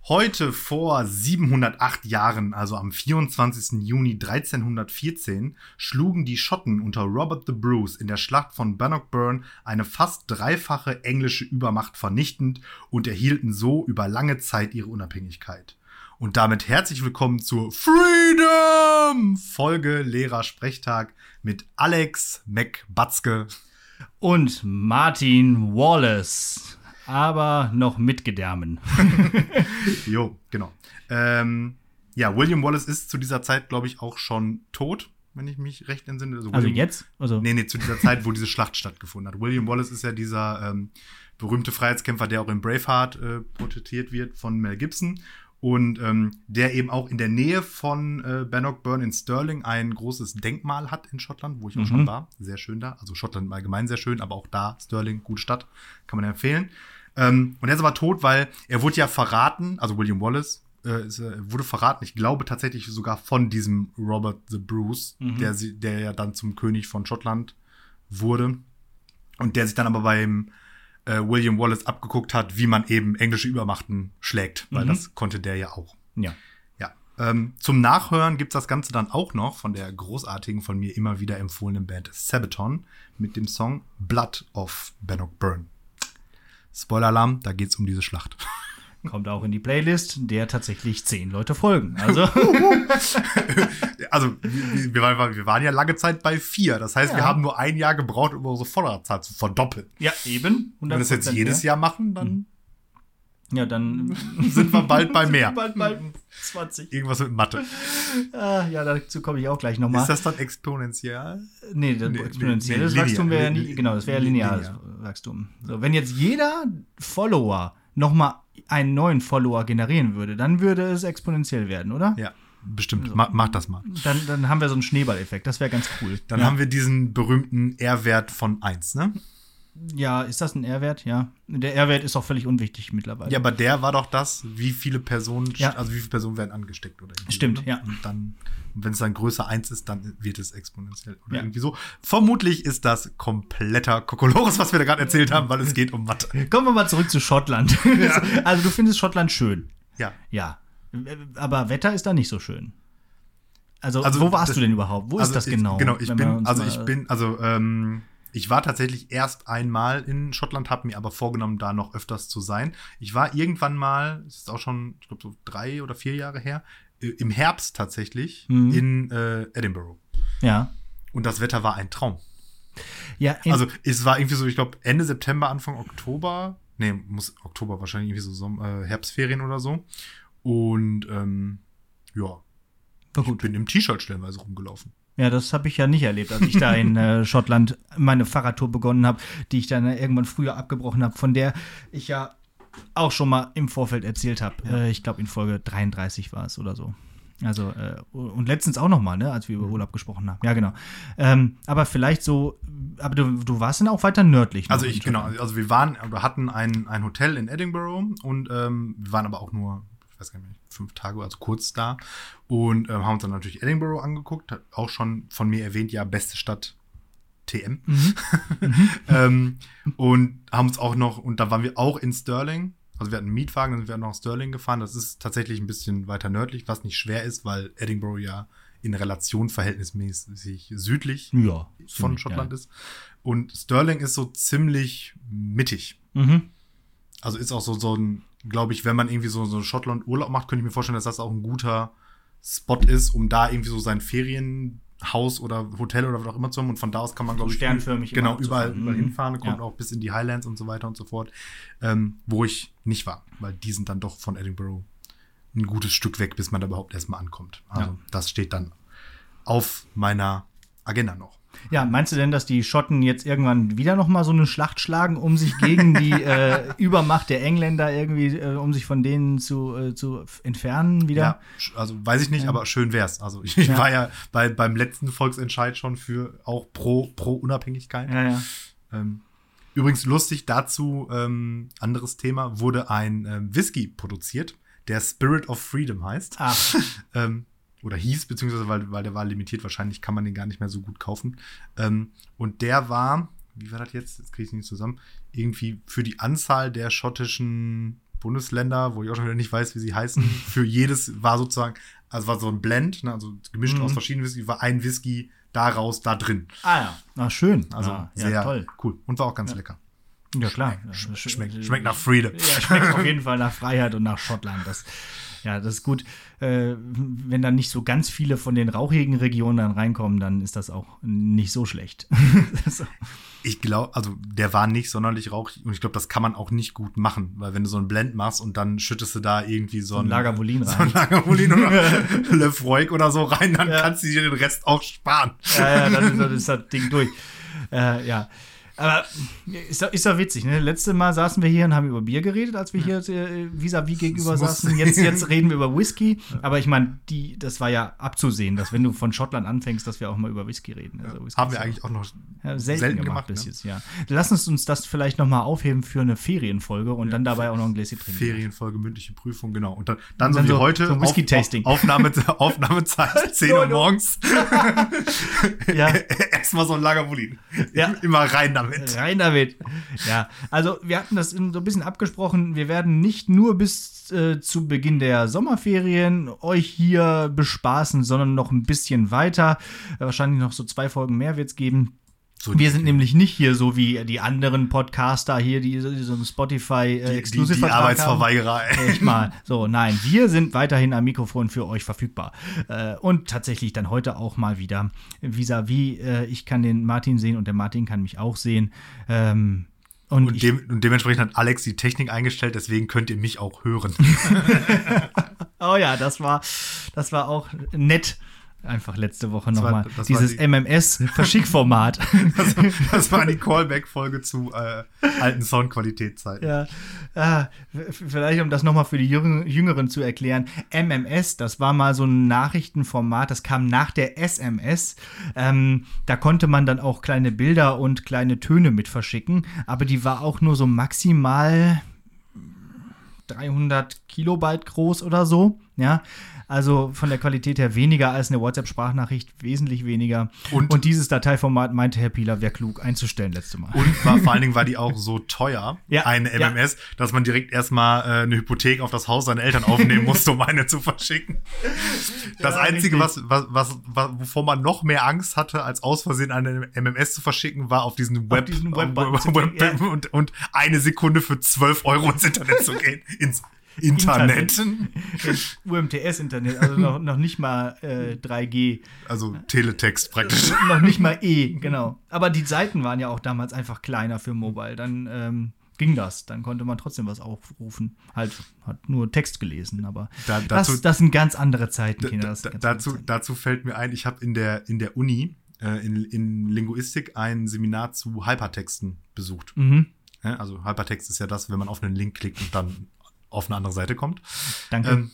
Heute vor 708 Jahren, also am 24. Juni 1314, schlugen die Schotten unter Robert the Bruce in der Schlacht von Bannockburn eine fast dreifache englische Übermacht vernichtend und erhielten so über lange Zeit ihre Unabhängigkeit. Und damit herzlich willkommen zur Freedom! Folge Lehrer-Sprechtag mit Alex McBatzke und Martin Wallace. Aber noch mit Gedärmen. Jo, genau. William Wallace ist zu dieser Zeit, glaube ich, auch schon tot, wenn ich mich recht entsinne. Also jetzt? Nee, zu dieser Zeit, wo diese Schlacht stattgefunden hat. William Wallace ist ja dieser berühmte Freiheitskämpfer, der auch in Braveheart porträtiert wird von Mel Gibson. Und der eben auch in der Nähe von Bannockburn in Stirling ein großes Denkmal hat in Schottland, wo ich auch schon war. Sehr schön da. Also Schottland im Allgemeinen sehr schön, aber auch da, Stirling, gute Stadt, kann man empfehlen. Und er ist aber tot, weil er wurde ja verraten, also William Wallace wurde verraten, ich glaube tatsächlich sogar von diesem Robert the Bruce, der ja dann zum König von Schottland wurde und der sich dann aber beim William Wallace abgeguckt hat, wie man eben englische Übermachten schlägt, weil das konnte der ja auch. Ja. Zum Nachhören gibt's das Ganze dann auch noch von der großartigen, von mir immer wieder empfohlenen Band Sabaton mit dem Song Blood of Bannockburn. Spoiler-Alarm, da geht's um diese Schlacht. Kommt auch in die Playlist, der tatsächlich 10 Leute folgen. Also, wir waren ja lange Zeit bei 4. Das heißt, wir haben nur ein Jahr gebraucht, um unsere Followerzahl zu verdoppeln. Ja, eben. Wenn wir das jetzt jedes Jahr machen, dann dann sind wir bald bei mehr. bald bei 20. Irgendwas mit Mathe. Ja, dazu komme ich auch gleich nochmal. Ist das dann exponentiell? Nee, exponentielles Wachstum wäre ja nie, genau, das wäre ja lineares Wachstum. So, wenn jetzt jeder Follower nochmal einen neuen Follower generieren würde, dann würde es exponentiell werden, oder? Ja, bestimmt. Mach das mal. Dann haben wir so einen Schneeballeffekt, das wäre ganz cool. Dann haben wir diesen berühmten R-Wert von 1, ne? Ja, ist das ein R-Wert? Ja. Der R-Wert ist auch völlig unwichtig mittlerweile. Ja, aber der war doch das, wie viele Personen werden angesteckt oder irgendwie. Stimmt, oder? ja. Und dann, wenn es dann größer 1 ist, dann wird es exponentiell oder irgendwie so. Vermutlich ist das kompletter Kokolores, was wir da gerade erzählt haben, weil es geht um Mathe. Kommen wir mal zurück zu Schottland. Ja. Also du findest Schottland schön. Ja. Ja. Aber Wetter ist da nicht so schön. Also wo warst du denn überhaupt? Wo ist das genau? Ich war tatsächlich erst einmal in Schottland, habe mir aber vorgenommen, da noch öfters zu sein. Ich war irgendwann mal, das ist auch schon, ich glaube, so 3 oder 4 Jahre her, im Herbst tatsächlich in Edinburgh. Ja. Und das Wetter war ein Traum. Ja. Also es war irgendwie so, ich glaube, Ende September, Anfang Oktober. Nee, muss Oktober wahrscheinlich irgendwie so Herbstferien oder so. Und ich bin im T-Shirt stellenweise rumgelaufen. Ja, das habe ich ja nicht erlebt, als ich da in Schottland meine Fahrradtour begonnen habe, die ich dann irgendwann früher abgebrochen habe, von der ich ja auch schon mal im Vorfeld erzählt habe. Ja. Ich glaube, in Folge 33 war es oder so. Also, und letztens auch noch mal, ne, als wir über Urlaub gesprochen haben. Ja, genau. Aber vielleicht so, aber du warst dann auch weiter nördlich. Also also wir hatten ein Hotel in Edinburgh und wir waren aber auch nur, ich weiß gar nicht, 5 Tage, also kurz da. Und haben uns dann natürlich Edinburgh angeguckt. Hat auch schon von mir erwähnt, ja, beste Stadt TM. Und haben uns auch noch, und da waren wir auch in Stirling. Also wir hatten einen Mietwagen, dann sind wir noch nach Stirling gefahren. Das ist tatsächlich ein bisschen weiter nördlich, was nicht schwer ist, weil Edinburgh ja in Relation verhältnismäßig südlich von Schottland ist. Und Stirling ist so ziemlich mittig. Also ist auch so ein, glaube ich, wenn man irgendwie so Schottland-Urlaub macht, könnte ich mir vorstellen, dass das auch ein guter Spot ist, um da irgendwie so sein Ferienhaus oder Hotel oder was auch immer zu haben. Und von da aus kann man, glaube ich, sternförmig überall hinfahren, kommt auch bis in die Highlands und so weiter und so fort, wo ich nicht war, weil die sind dann doch von Edinburgh ein gutes Stück weg, bis man da überhaupt erstmal ankommt. Also das steht dann auf meiner Agenda noch. Ja, meinst du denn, dass die Schotten jetzt irgendwann wieder noch mal so eine Schlacht schlagen, um sich gegen die Übermacht der Engländer irgendwie, um sich von denen zu entfernen wieder? Ja, also weiß ich nicht, aber schön wär's. Also ich war ja beim letzten Volksentscheid schon für auch pro Unabhängigkeit. Ja. Übrigens lustig dazu, anderes Thema, wurde ein Whisky produziert, der Spirit of Freedom heißt. Ach. Oder hieß, beziehungsweise weil der war limitiert, wahrscheinlich kann man den gar nicht mehr so gut kaufen. Und der war, wie war das jetzt? Jetzt kriege ich es nicht zusammen. Irgendwie für die Anzahl der schottischen Bundesländer, wo ich auch schon wieder nicht weiß, wie sie heißen. Für jedes war sozusagen, also war so ein Blend, ne, also gemischt aus verschiedenen Whisky, war ein Whisky daraus da drin. Ah ja, na schön. Also sehr toll. Cool. Und war auch ganz lecker. Ja, klar. Schmeckt nach Freedom. Ja, schmeckt auf jeden Fall nach Freiheit und nach Schottland. Das ist gut. Wenn dann nicht so ganz viele von den rauchigen Regionen dann reinkommen, dann ist das auch nicht so schlecht. So. Ich glaube, also der war nicht sonderlich rauchig und ich glaube, das kann man auch nicht gut machen, weil wenn du so einen Blend machst und dann schüttest du da irgendwie so ein Lagavulin rein. So ein Lagavulin oder Lefroy oder so rein, dann kannst du dir den Rest auch sparen. Ja, dann ist das Ding durch. Ja. Aber ist doch witzig, ne? Letztes Mal saßen wir hier und haben über Bier geredet, als wir hier vis-à-vis gegenüber saßen. Jetzt reden wir über Whisky. Aber ich meine, das war ja abzusehen, dass wenn du von Schottland anfängst, dass wir auch mal über Whisky reden. Also Whisky haben wir eigentlich auch noch selten gemacht bis jetzt, ja. Lass uns das vielleicht noch mal aufheben für eine Ferienfolge und dann dabei auch noch ein Gläschen trinken. Ferienfolge, mündliche Prüfung, genau. Und dann so wie heute, so Whisky-Tasting. Aufnahmezeit 10 Uhr morgens. Ja. Erstmal so ein Lagavulin. Ja. Immer rein damit. Rein damit. Ja, also wir hatten das so ein bisschen abgesprochen. Wir werden nicht nur bis zu Beginn der Sommerferien euch hier bespaßen, sondern noch ein bisschen weiter. Wahrscheinlich noch so 2 Folgen mehr wird es geben. Wir sind nämlich nicht hier so wie die anderen Podcaster hier, die so einen Spotify-Exclusive-Vertrag die Arbeitsverweigerer. Echt mal. So, nein, wir sind weiterhin am Mikrofon für euch verfügbar. Und tatsächlich dann heute auch mal wieder vis-à-vis. Ich kann den Martin sehen und der Martin kann mich auch sehen. Und dementsprechend hat Alex die Technik eingestellt, deswegen könnt ihr mich auch hören. Oh ja, das war auch nett. Einfach letzte Woche nochmal dieses MMS-Verschickformat. Das war die Callback-Folge zu alten Soundqualitätszeiten. Ja, vielleicht um das nochmal für die Jüngeren zu erklären. MMS, das war mal so ein Nachrichtenformat, das kam nach der SMS. Da konnte man dann auch kleine Bilder und kleine Töne mit verschicken, aber die war auch nur so maximal 300 Kilobyte groß oder so, ja. Also von der Qualität her weniger als eine WhatsApp-Sprachnachricht, wesentlich weniger. Und dieses Dateiformat meinte Herr Pieler, wäre klug einzustellen letzte Mal. Und vor allen Dingen war die auch so teuer, eine MMS, dass man direkt erstmal eine Hypothek auf das Haus seiner Eltern aufnehmen musste, um eine zu verschicken. Das Einzige, wovor man noch mehr Angst hatte, als aus Versehen eine MMS zu verschicken, war auf diesen Web und eine Sekunde für 12 € ins Internet zu gehen. Ins Internet. UMTS-Internet, also noch nicht mal 3G. Also Teletext praktisch. Noch nicht mal genau. Aber die Seiten waren ja auch damals einfach kleiner für Mobile. Dann ging das. Dann konnte man trotzdem was aufrufen. Hat nur Text gelesen, aber das sind ganz andere Zeiten, Kinder. Dazu fällt mir ein, ich habe in der Uni in Linguistik ein Seminar zu Hypertexten besucht. Mhm. Ja, also Hypertext ist ja das, wenn man auf einen Link klickt und dann auf eine andere Seite kommt. Danke.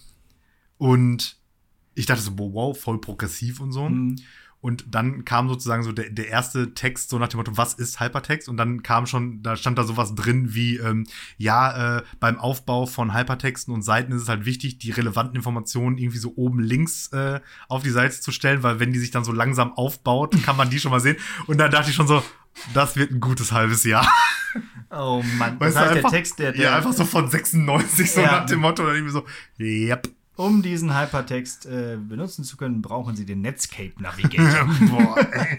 Und ich dachte so, wow, voll progressiv und so. Mhm. Und dann kam sozusagen so der erste Text so nach dem Motto, was ist Hypertext? Und dann stand da sowas drin wie, beim Aufbau von Hypertexten und Seiten ist es halt wichtig, die relevanten Informationen irgendwie so oben links auf die Seite zu stellen, weil wenn die sich dann so langsam aufbaut, kann man die schon mal sehen. Und dann dachte ich schon so, das wird ein gutes halbes Jahr. Oh Mann, das heißt der Text, der einfach so von 96 so nach dem Motto, oder irgendwie so, yep. Um diesen Hypertext benutzen zu können, brauchen Sie den Netscape Navigator. Boah,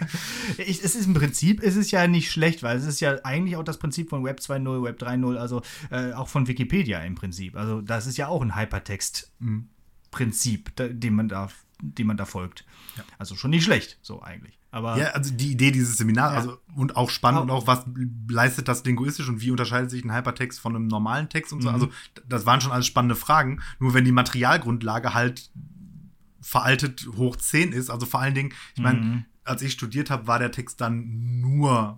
es ist im Prinzip, es ist ja nicht schlecht, weil es ist ja eigentlich auch das Prinzip von Web 2.0, Web 3.0, also auch von Wikipedia im Prinzip. Also das ist ja auch ein Hypertext-Prinzip, dem man da folgt. Ja. Also schon nicht schlecht, so eigentlich. Aber ja, also die Idee dieses Seminars, also und auch spannend und auch, was leistet das linguistisch und wie unterscheidet sich ein Hypertext von einem normalen Text und so. Also das waren schon alles spannende Fragen. Nur wenn die Materialgrundlage halt veraltet hoch 10 ist, also vor allen Dingen, ich meine, als ich studiert habe, war der Text dann nur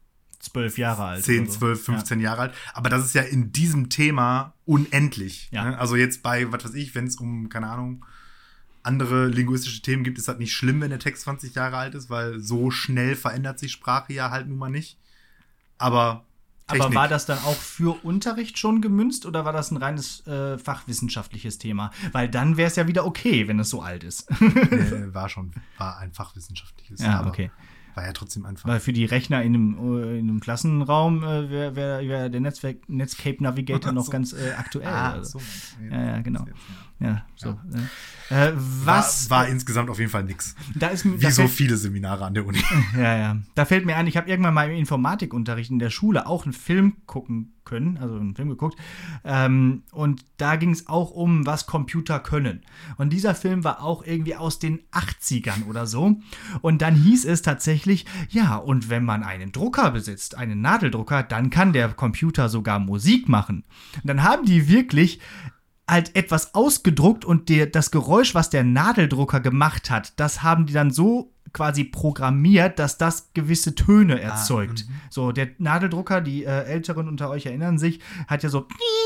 12 Jahre alt. 10, 12, 15 Jahre alt. Aber das ist ja in diesem Thema unendlich. Ja. Ne? Also jetzt bei, was weiß ich, wenn es um, keine Ahnung, andere linguistische Themen gibt, ist das nicht schlimm, wenn der Text 20 Jahre alt ist, weil so schnell verändert sich Sprache ja halt nun mal nicht. Aber war das dann auch für Unterricht schon gemünzt oder war das ein reines fachwissenschaftliches Thema? Weil dann wäre es ja wieder okay, wenn es so alt ist. War ein fachwissenschaftliches. Ja, aber okay. war ja trotzdem einfach. Weil für die Rechner in einem Klassenraum wäre der Netscape Navigator noch ganz aktuell. Also. Ja, genau. Ja, so. Ja. War insgesamt auf jeden Fall nix. Wie so viele Seminare an der Uni. Ja. Da fällt mir ein, ich habe irgendwann mal im Informatikunterricht in der Schule auch einen Film gucken können, also einen Film geguckt. Und da ging es auch um, was Computer können. Und dieser Film war auch irgendwie aus den 80ern oder so. Und dann hieß es tatsächlich, ja, und wenn man einen Drucker besitzt, einen Nadeldrucker, dann kann der Computer sogar Musik machen. Und dann haben die wirklich halt etwas ausgedruckt und das Geräusch, was der Nadeldrucker gemacht hat, das haben die dann so quasi programmiert, dass das gewisse Töne erzeugt. So, der Nadeldrucker, die Älteren unter euch erinnern sich, hat ja so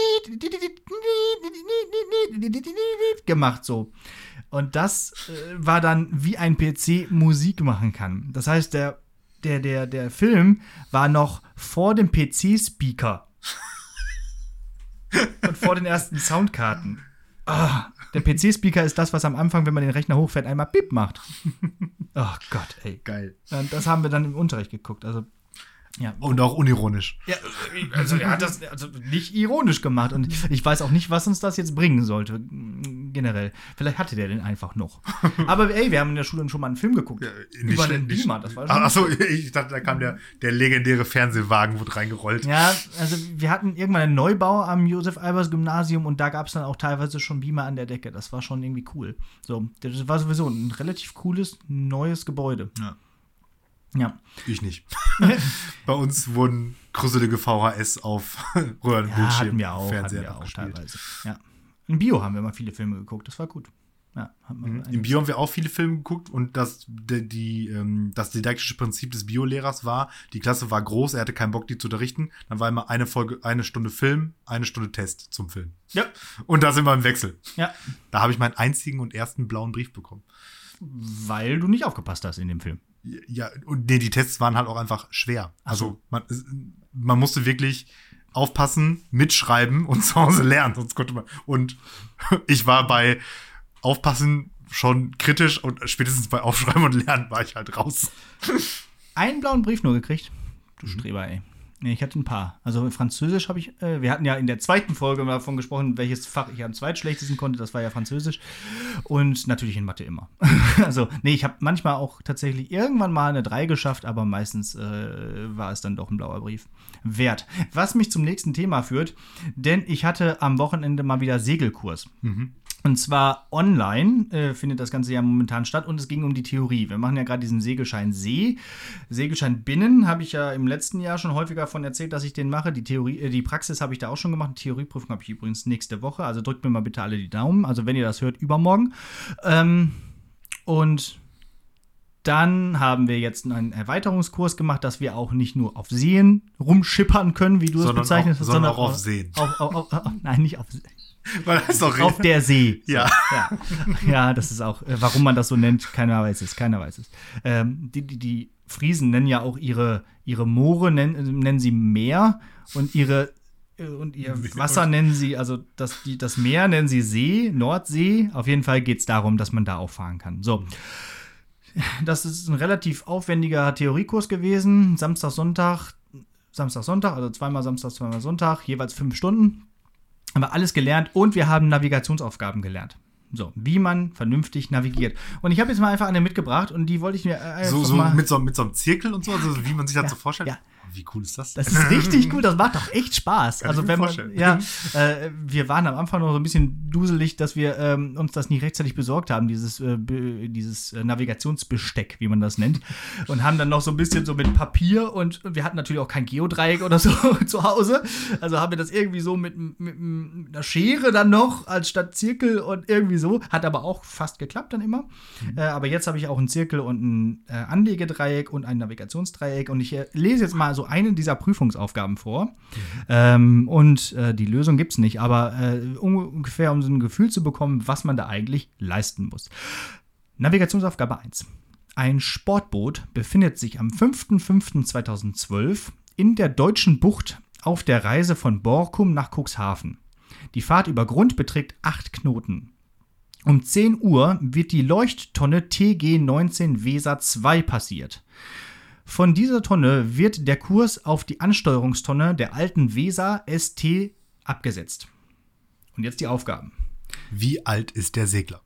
gemacht so. Und das war dann, wie ein PC Musik machen kann. Das heißt, der Film war noch vor dem PC-Speaker. Und vor den ersten Soundkarten. Der PC-Speaker ist das, was am Anfang, wenn man den Rechner hochfährt, einmal Bip macht. Oh Gott, ey. Geil. Und das haben wir dann im Unterricht geguckt. Also, ja. Und auch unironisch. Ja, also er hat das nicht ironisch gemacht. Und ich weiß auch nicht, was uns das jetzt bringen sollte, generell. Vielleicht hatte der den einfach noch. Aber ey, wir haben in der Schule schon mal einen Film geguckt. Ja, über den Beamer, das war schon. Achso, ich dachte, da kam der legendäre Fernsehwagen, wurde reingerollt. Ja, also wir hatten irgendwann einen Neubau am Josef-Albers-Gymnasium und da gab es dann auch teilweise schon Beamer an der Decke. Das war schon irgendwie cool. So, das war sowieso ein relativ cooles, neues Gebäude. Ja. Ich nicht. Bei uns wurden grusselige VHS auf Röhrenbildschirm hatten wir auch teilweise. Ja. Im Bio haben wir mal viele Filme geguckt, das war gut. Ja, Im Bio haben wir auch viele Filme geguckt und das didaktische Prinzip des Bio-Lehrers war, die Klasse war groß, er hatte keinen Bock, die zu unterrichten, dann war immer eine Stunde Film, eine Stunde Test zum Film. Ja. Und da sind wir im Wechsel. Ja. Da habe ich meinen einzigen und ersten blauen Brief bekommen. Weil du nicht aufgepasst hast in dem Film. Ja, und die Tests waren halt auch einfach schwer. Also man musste wirklich aufpassen, mitschreiben und zu Hause lernen, sonst konnte man. Und ich war bei Aufpassen schon kritisch und spätestens bei Aufschreiben und Lernen war ich halt raus. Einen blauen Brief nur gekriegt? Du Streber, ey. Nee, ich hatte ein paar. Also Französisch habe ich, wir hatten ja in der zweiten Folge mal davon gesprochen, welches Fach ich am zweitschlechtesten konnte, das war ja Französisch. Und natürlich in Mathe immer. Also, nee, ich habe manchmal auch tatsächlich irgendwann mal eine 3 geschafft, aber meistens war es dann doch ein blauer Brief wert. Was mich zum nächsten Thema führt, denn ich hatte am Wochenende mal wieder Segelkurs. Und zwar online findet das Ganze ja momentan statt und es ging um die Theorie. Wir machen ja gerade diesen Segelschein See. Segelschein Binnen habe ich ja im letzten Jahr schon häufiger davon erzählt, dass ich den mache. Die Praxis habe ich da auch schon gemacht. Die Theorieprüfung habe ich übrigens nächste Woche. Also drückt mir mal bitte alle die Daumen. Also wenn ihr das hört, übermorgen. Und dann haben wir jetzt einen Erweiterungskurs gemacht, dass wir auch nicht nur auf Seen rumschippern können, wie du es bezeichnet hast, sondern auch auf Seen. Nein, nicht auf Seen. Weil das ist doch auf der See. Ja. Ja, das ist auch, warum man das so nennt, keiner weiß es. Die Friesen nennen ja auch ihre Moore, nennen sie Meer und ihr Wasser nennen sie, also das Meer nennen sie See, Nordsee. Auf jeden Fall geht es darum, dass man da auch fahren kann. So. Das ist ein relativ aufwendiger Theoriekurs gewesen. Samstag, Sonntag, also zweimal Samstag, zweimal Sonntag, jeweils 5 Stunden. Haben wir alles gelernt und wir haben Navigationsaufgaben gelernt. So, wie man vernünftig navigiert. Und ich habe jetzt mal einfach eine mitgebracht und die wollte ich mir einfach mal mit so einem Zirkel und so, also wie man sich das so vorstellt. Ja. Wie cool ist das? Das ist richtig cool, das macht doch echt Spaß. Also wenn man, wir waren am Anfang noch so ein bisschen duselig, dass wir uns das nicht rechtzeitig besorgt haben, dieses Navigationsbesteck, wie man das nennt. Und haben dann noch so ein bisschen so mit Papier und wir hatten natürlich auch kein Geodreieck oder so zu Hause. Also haben wir das irgendwie so mit einer Schere dann noch als statt Zirkel und irgendwie so. Hat aber auch fast geklappt dann immer. Aber jetzt habe ich auch einen Zirkel und ein Anlegedreieck und ein Navigationsdreieck und ich lese jetzt mal so eine dieser Prüfungsaufgaben vor. Und die Lösung gibt es nicht, aber ungefähr, um so ein Gefühl zu bekommen, was man da eigentlich leisten muss. Navigationsaufgabe 1. Ein Sportboot befindet sich am 5.5.2012 in der Deutschen Bucht auf der Reise von Borkum nach Cuxhaven. Die Fahrt über Grund beträgt 8 Knoten. Um 10 Uhr wird die Leuchttonne TG 19 Weser 2 passiert. Von dieser Tonne wird der Kurs auf die Ansteuerungstonne der alten Weser ST abgesetzt. Und jetzt die Aufgaben. Wie alt ist der Segler?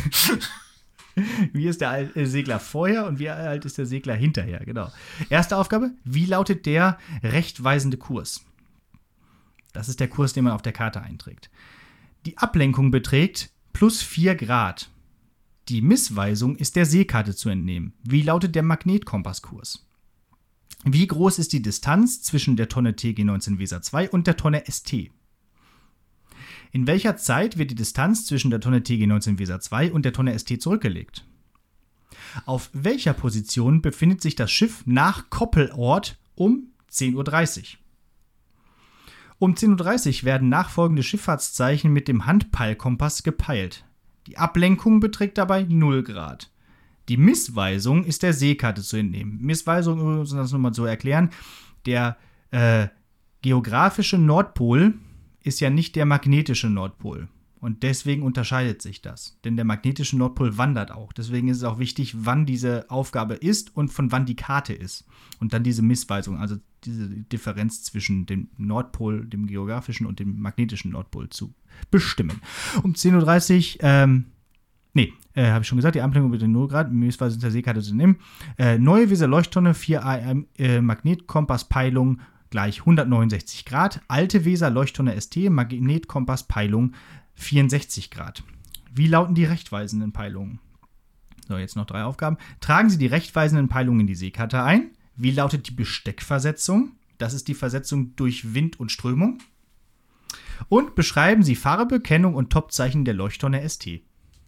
Wie ist der Segler vorher und wie alt ist der Segler hinterher? Genau. Erste Aufgabe: Wie lautet der rechtweisende Kurs? Das ist der Kurs, den man auf der Karte einträgt. Die Ablenkung beträgt +4 Grad. Die Missweisung ist der Seekarte zu entnehmen. Wie lautet der Magnetkompasskurs? Wie groß ist die Distanz zwischen der Tonne TG19 Weser 2 und der Tonne ST? In welcher Zeit wird die Distanz zwischen der Tonne TG19 Weser 2 und der Tonne ST zurückgelegt? Auf welcher Position befindet sich das Schiff nach Koppelort um 10:30 Uhr? Um 10:30 Uhr werden nachfolgende Schifffahrtszeichen mit dem Handpeilkompass gepeilt. Die Ablenkung beträgt dabei 0 Grad. Die Missweisung ist der Seekarte zu entnehmen. Missweisung, um das nochmal zu erklären, der geografische Nordpol ist ja nicht der magnetische Nordpol. Und deswegen unterscheidet sich das. Denn der magnetische Nordpol wandert auch. Deswegen ist es auch wichtig, wann diese Aufgabe ist und von wann die Karte ist. Und dann diese Missweisung, also diese Differenz zwischen dem Nordpol, dem geografischen und dem magnetischen Nordpol zu bestimmen. Um 10:30 Uhr, habe ich schon gesagt, die Ablenkung mit den 0 Grad, Missweisung der Seekarte zu nehmen. Neue Weser Leuchttonne, 4 AM Magnetkompasspeilung gleich 169 Grad. Alte Weser Leuchttonne ST, Magnetkompasspeilung 64 Grad. Wie lauten die rechtweisenden Peilungen? So, jetzt noch 3 Aufgaben. Tragen Sie die rechtweisenden Peilungen in die Seekarte ein. Wie lautet die Besteckversetzung? Das ist die Versetzung durch Wind und Strömung. Und beschreiben Sie Farbe, Kennung und Topzeichen der Leuchttonne ST.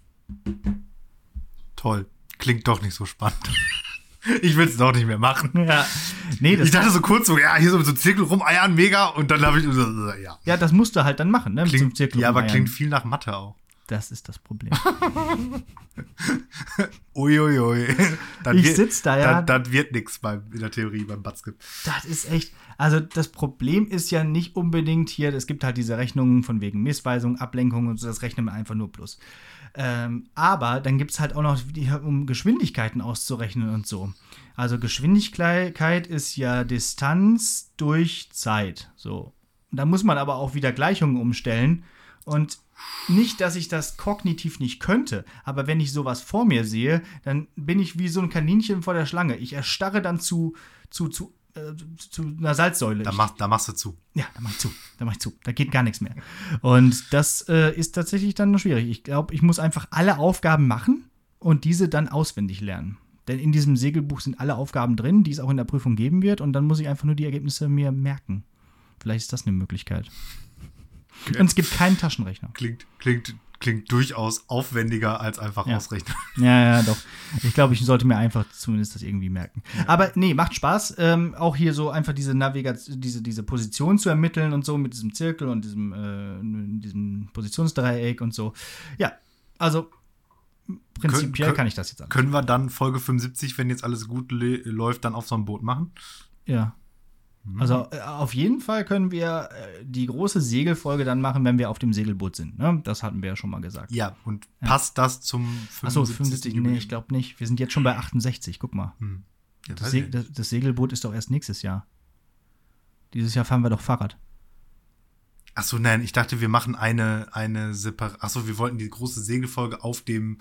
Toll. Klingt doch nicht so spannend. Ich will es doch nicht mehr machen. Ja. Nee, ich dachte so kurz so, ja, hier so Zirkel rumeiern, mega. Und dann habe ich so, ja. Ja, das musst du halt dann machen, ne? Klingt, mit so Zirkel ja, aber rumeiern. klingt viel nach Mathe auch. Das ist das Problem. Uiuiui. Ich sitze da, ja. Das wird nichts in der Theorie beim Batzke. Das ist echt, also das Problem ist ja nicht unbedingt hier, es gibt halt diese Rechnungen von wegen Missweisung, Ablenkung und so, das rechnet man einfach nur plus. Aber dann gibt es halt auch noch, um Geschwindigkeiten auszurechnen und so. Also Geschwindigkeit ist ja Distanz durch Zeit. So. Da muss man aber auch wieder Gleichungen umstellen. Und nicht, dass ich das kognitiv nicht könnte, aber wenn ich sowas vor mir sehe, dann bin ich wie so ein Kaninchen vor der Schlange. Ich erstarre dann zu einer Salzsäule. Da machst du zu. Ja, da mach ich zu. Da geht gar nichts mehr. Und das ist tatsächlich dann noch schwierig. Ich glaube, ich muss einfach alle Aufgaben machen und diese dann auswendig lernen. Denn in diesem Segelbuch sind alle Aufgaben drin, die es auch in der Prüfung geben wird. Und dann muss ich einfach nur die Ergebnisse mir merken. Vielleicht ist das eine Möglichkeit. Okay. Und es gibt keinen Taschenrechner. Klingt durchaus aufwendiger als einfach ausrechnen. Ja, doch. Ich glaube, ich sollte mir einfach zumindest das irgendwie merken. Ja. Aber nee, macht Spaß. Auch hier so einfach diese diese Position zu ermitteln und so mit diesem Zirkel und diesem Positionsdreieck und so. Ja, also prinzipiell kann ich das jetzt alles. Können wir dann Folge 75, wenn jetzt alles gut läuft, dann auf so einem Boot machen? Ja. Also auf jeden Fall können wir die große Segelfolge dann machen, wenn wir auf dem Segelboot sind. Ne? Das hatten wir ja schon mal gesagt. Ja, und passt das zum 75? Achso, 75, nee, ich glaube nicht. Wir sind jetzt schon bei 68, guck mal. Ja, das Segelboot ist doch erst nächstes Jahr. Dieses Jahr fahren wir doch Fahrrad. Achso, nein, ich dachte, wir machen eine separate. Achso, wir wollten die große Segelfolge auf dem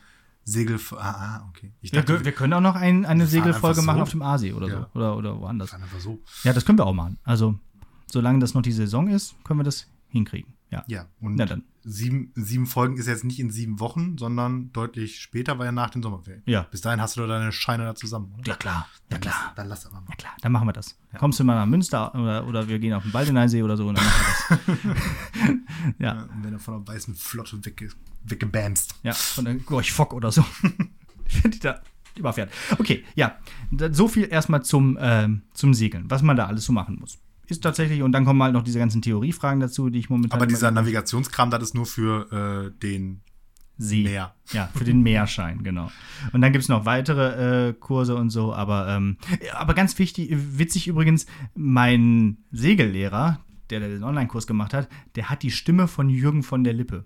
okay. Ich dachte, wir können auch noch eine Segelfolge machen auf dem Aasee oder so. Oder woanders. Einfach so. Ja, das können wir auch machen. Also, solange das noch die Saison ist, können wir das hinkriegen. Ja, und dann. 7 Folgen ist jetzt nicht in 7 Wochen, sondern deutlich später, weil ja nach den Sommerferien. Ja. Bis dahin hast du doch deine Scheine da zusammen, oder? Ja, klar. Dann lass aber mal. Ja, klar, dann machen wir das. Ja. Kommst du mal nach Münster oder wir gehen auf den Baldeneysee oder so und dann machen wir das. Ja. Und wenn du von der weißen Flotte weggebamst. Ja, von der Gorch Fock oder so. Die da überfährt. Okay, ja. So viel erstmal zum Segeln, was man da alles so machen muss. Ist tatsächlich, und dann kommen halt noch diese ganzen Theoriefragen dazu, die ich momentan. Aber dieser Navigationskram, das ist nur für den See. Meer. Ja, für den Meerschein, genau. Und dann gibt es noch weitere Kurse und so, aber ganz witzig übrigens, mein Segellehrer, der den Online-Kurs gemacht hat, der hat die Stimme von Jürgen von der Lippe.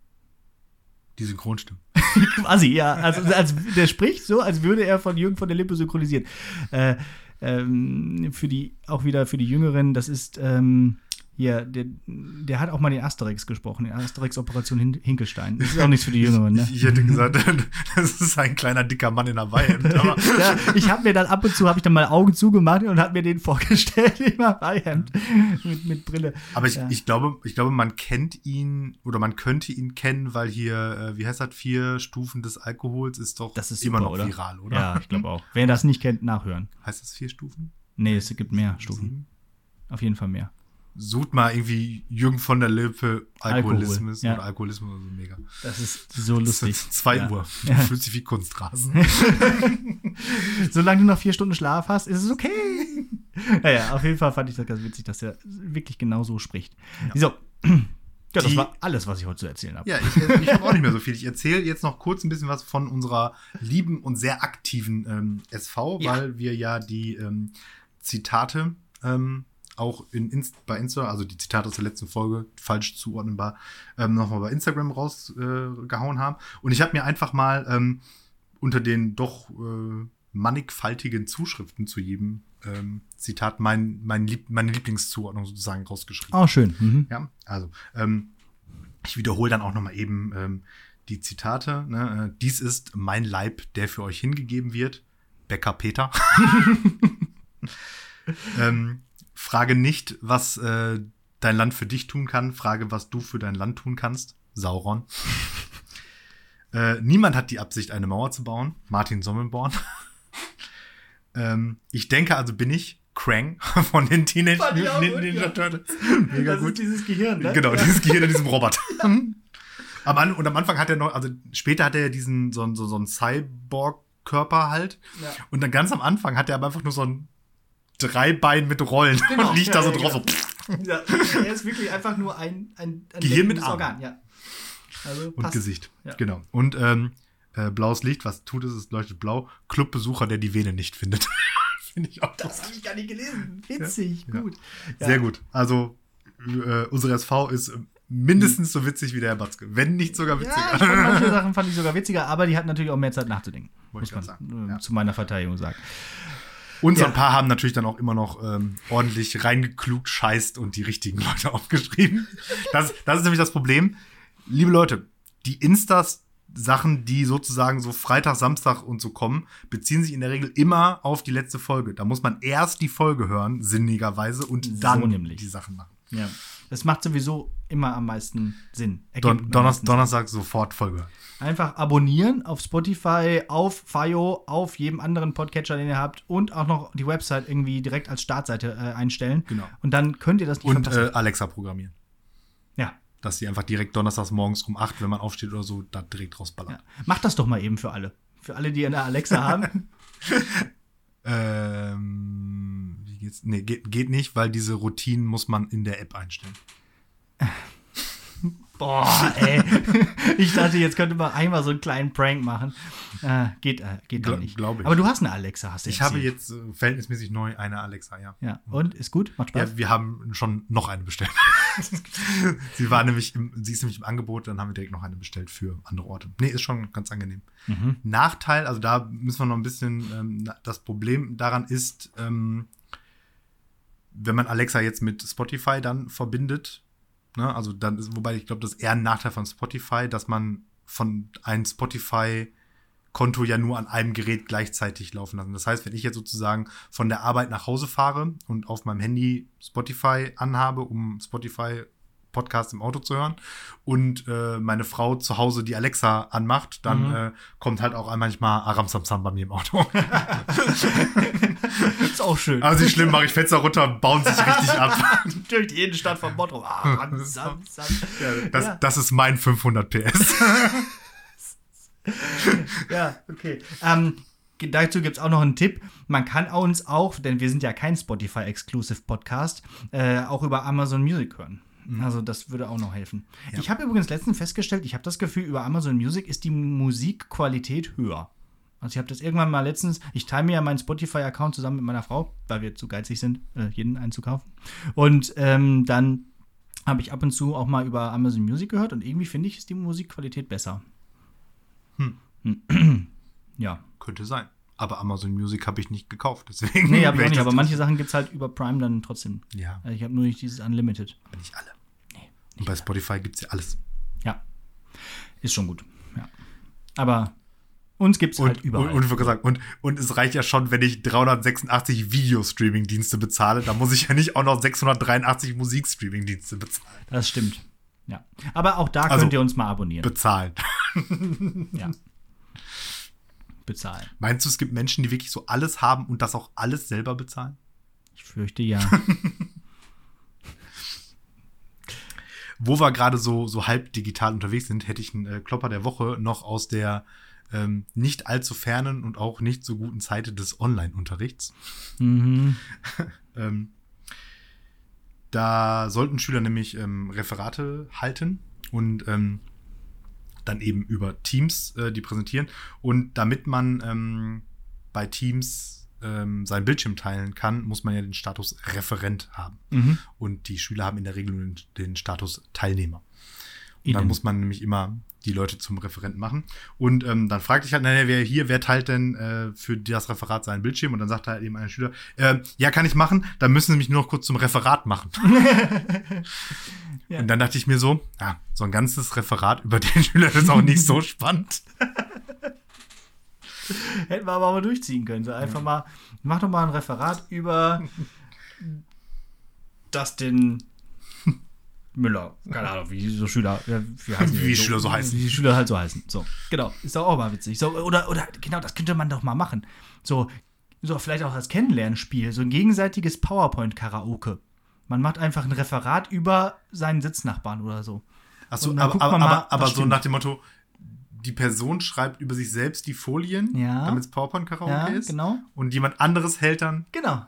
Die Synchronstimme. Quasi, ja. Also der spricht so, als würde er von Jürgen von der Lippe synchronisiert. auch wieder für die Jüngeren, das ist hier, der hat auch mal den Asterix gesprochen, den Asterix-Operation Hinkelstein. Das ist auch nichts für die Jüngeren, ne? Ich hätte gesagt, das ist ein kleiner, dicker Mann in Hawaii-Hemd. Ja, ich habe mir dann ab und zu, mal Augen zugemacht und habe mir den vorgestellt im Hawaii-Hemd mit Brille. Aber ich glaube, man kennt ihn oder man könnte ihn kennen, weil hier, wie heißt das, 4 Stufen des Alkohols ist doch das ist immer super, noch oder? viral, oder? Ja, ich glaube auch. Wer das nicht kennt, nachhören. Heißt das 4 Stufen? Nee, es gibt mehr Stufen. 7? Auf jeden Fall mehr. Sucht mal irgendwie Jürgen von der Lippe Alkoholismus ja. oder Alkoholismus oder so, mega. Das ist so lustig. Das ist 2 Uhr. Ja. Fühlt sich wie Kunstrasen. Solange du noch 4 Stunden Schlaf hast, ist es okay. Naja, auf jeden Fall fand ich das ganz witzig, dass er wirklich genau so spricht. Ja. So. Ja, das war alles, was ich heute zu erzählen habe. Ja, ich habe auch nicht mehr so viel. Ich erzähle jetzt noch kurz ein bisschen was von unserer lieben und sehr aktiven SV, weil wir ja die Zitate auch bei Instagram, also die Zitate aus der letzten Folge, falsch zuordnenbar, nochmal bei Instagram rausgehauen haben. Und ich habe mir einfach mal unter den doch mannigfaltigen Zuschriften zu jedem Zitat meine Lieblingszuordnung sozusagen rausgeschrieben. Oh, schön. Mhm. Ja, also ich wiederhole dann auch nochmal eben die Zitate. Ne? Dies ist mein Leib, der für euch hingegeben wird. Bäcker Peter. Frage nicht, was dein Land für dich tun kann. Frage, was du für dein Land tun kannst. Sauron. Niemand hat die Absicht, eine Mauer zu bauen. Martin Sommelborn. Ich denke, also bin ich Krang von den Teenage Ninja Turtles. Mega das gut. ist dieses Gehirn, ne? Genau, dieses Gehirn in diesem Roboter. Und am Anfang hat er noch, also später hat er ja so einen Cyborg-Körper halt. Ja. Und dann ganz am Anfang hat er aber einfach nur so ein 3 Bein mit Rollen und liegt da so drauf. So. Ja, er ist wirklich einfach nur ein Gehirn mit Arm. Organ, ja. Also und passt. Gesicht. Ja. Genau. Und blaues Licht, was tut es? Es leuchtet blau. Clubbesucher, der die Vene nicht findet. Finde ich auch. Das habe ich gar nicht gelesen. Witzig, ja. Gut. Ja. Sehr gut. Also unsere SV ist mindestens so witzig wie der Herr Batzke. Wenn nicht sogar witziger. Ja, manche Sachen fand ich sogar witziger, aber die hat natürlich auch mehr Zeit nachzudenken. Muss man sagen. Zu meiner Verteidigung sagen. Und so ein paar haben natürlich dann auch immer noch ordentlich reingeklugt, scheißt und die richtigen Leute aufgeschrieben. Das ist nämlich das Problem. Liebe Leute, die Sachen, die sozusagen so Freitag, Samstag und so kommen, beziehen sich in der Regel immer auf die letzte Folge. Da muss man erst die Folge hören, sinnigerweise, und dann die Sachen machen. Ja. Das macht sowieso immer am meisten Sinn. Donnerstag sofort Folge. Einfach abonnieren auf Spotify, auf FIO, auf jedem anderen Podcatcher, den ihr habt, und auch noch die Website irgendwie direkt als Startseite einstellen. Genau. Und dann könnt ihr das nicht verpassen. Und Alexa programmieren. Ja. Dass die einfach direkt donnerstags morgens um 8, wenn man aufsteht oder so, da direkt rausballert. Ja. Macht das doch mal eben für alle. Für alle, die eine Alexa haben. Wie geht's? Nee, geht nicht, weil diese Routinen muss man in der App einstellen. Boah, ey. Ich dachte, jetzt könnte man einmal so einen kleinen Prank machen. Geht doch nicht. Glaube ich. Aber du hast eine Alexa, hast du Ich habe jetzt verhältnismäßig neu eine Alexa, ja. Ja, und? Ist gut? Macht Spaß? Ja, wir haben schon noch eine bestellt. Sie ist nämlich im Angebot, dann haben wir direkt noch eine bestellt für andere Orte. Nee, ist schon ganz angenehm. Mhm. Nachteil, also da müssen wir noch ein bisschen, das Problem daran ist, wenn man Alexa jetzt mit Spotify dann verbindet, ne, also dann ist, wobei ich glaube, das ist eher ein Nachteil von Spotify, dass man von einem Spotify-Konto ja nur an einem Gerät gleichzeitig laufen lassen. Das heißt, wenn ich jetzt sozusagen von der Arbeit nach Hause fahre und auf meinem Handy Spotify anhabe, um Spotify Podcast im Auto zu hören, und meine Frau zu Hause die Alexa anmacht, dann kommt halt auch manchmal Aram Samsam bei mir im Auto. Ist auch schön. Also nicht schlimm, mache ich Fenster runter, bauen sich richtig ab. Durch die Innenstadt von Bottrop. Aram Samsam. Ja, das ist mein 500 PS. Ja, okay. Dazu gibt es auch noch einen Tipp. Man kann uns auch, denn wir sind ja kein Spotify-Exclusive-Podcast, auch über Amazon Music hören. Also das würde auch noch helfen. Ja. Ich habe übrigens letztens festgestellt, ich habe das Gefühl, über Amazon Music ist die Musikqualität höher. Also ich habe das irgendwann mal letztens, ich teile mir ja meinen Spotify-Account zusammen mit meiner Frau, weil wir zu geizig sind, jeden einzukaufen. Und dann habe ich ab und zu auch mal über Amazon Music gehört und irgendwie finde ich, ist die Musikqualität besser. Ja. Könnte sein. Aber Amazon Music habe ich nicht gekauft, deswegen. Nee, habe ich auch nicht, aber manche Sachen gibt es halt über Prime dann trotzdem. Ja. Also ich habe nur nicht dieses Unlimited. Nicht alle. Nee. Und bei Spotify gibt es ja alles. Ja. Ist schon gut. Ja. Aber uns gibt es halt überall. Und ich wollte sagen, und es reicht ja schon, wenn ich 386 Videostreaming-Dienste bezahle, dann muss ich ja nicht auch noch 683 Musikstreaming-Dienste bezahlen. Das stimmt. Ja. Aber auch da könnt ihr uns mal abonnieren. Bezahlen. Ja. Bezahlen. Meinst du, es gibt Menschen, die wirklich so alles haben und das auch alles selber bezahlen? Ich fürchte ja. Wo wir gerade so halb digital unterwegs sind, hätte ich einen Klopper der Woche noch aus der nicht allzu fernen und auch nicht so guten Zeit des Online-Unterrichts. Mhm. Da sollten Schüler nämlich Referate halten und dann eben über Teams die präsentieren. Und damit man bei Teams seinen Bildschirm teilen kann, muss man ja den Status Referent haben. Mhm. Und die Schüler haben in der Regel nur den Status Teilnehmer. Und dann muss man nämlich immer die Leute zum Referenten machen. Und dann fragte ich halt, naja, wer teilt denn für das Referat seinen Bildschirm? Und dann sagte halt eben ein Schüler, ja, kann ich machen, dann müssen Sie mich nur noch kurz zum Referat machen. Ja. Und dann dachte ich mir so, ja, so ein ganzes Referat über den Schüler ist auch nicht so spannend. Hätten wir aber mal durchziehen können. So einfach mal, mach doch mal ein Referat über Dustin Müller. Keine Ahnung, wie so Schüler, wie heißen die? Wie Schüler so heißen. Wie Schüler halt so heißen. So, genau. Ist doch auch mal witzig. So, oder genau, das könnte man doch mal machen. So vielleicht auch als Kennenlernspiel. So ein gegenseitiges PowerPoint-Karaoke. Man macht einfach ein Referat über seinen Sitznachbarn oder so. Achso, aber so nach dem Motto, die Person schreibt über sich selbst die Folien, damit es PowerPoint-Karaoke ist. Genau. Und jemand anderes hält dann. Genau.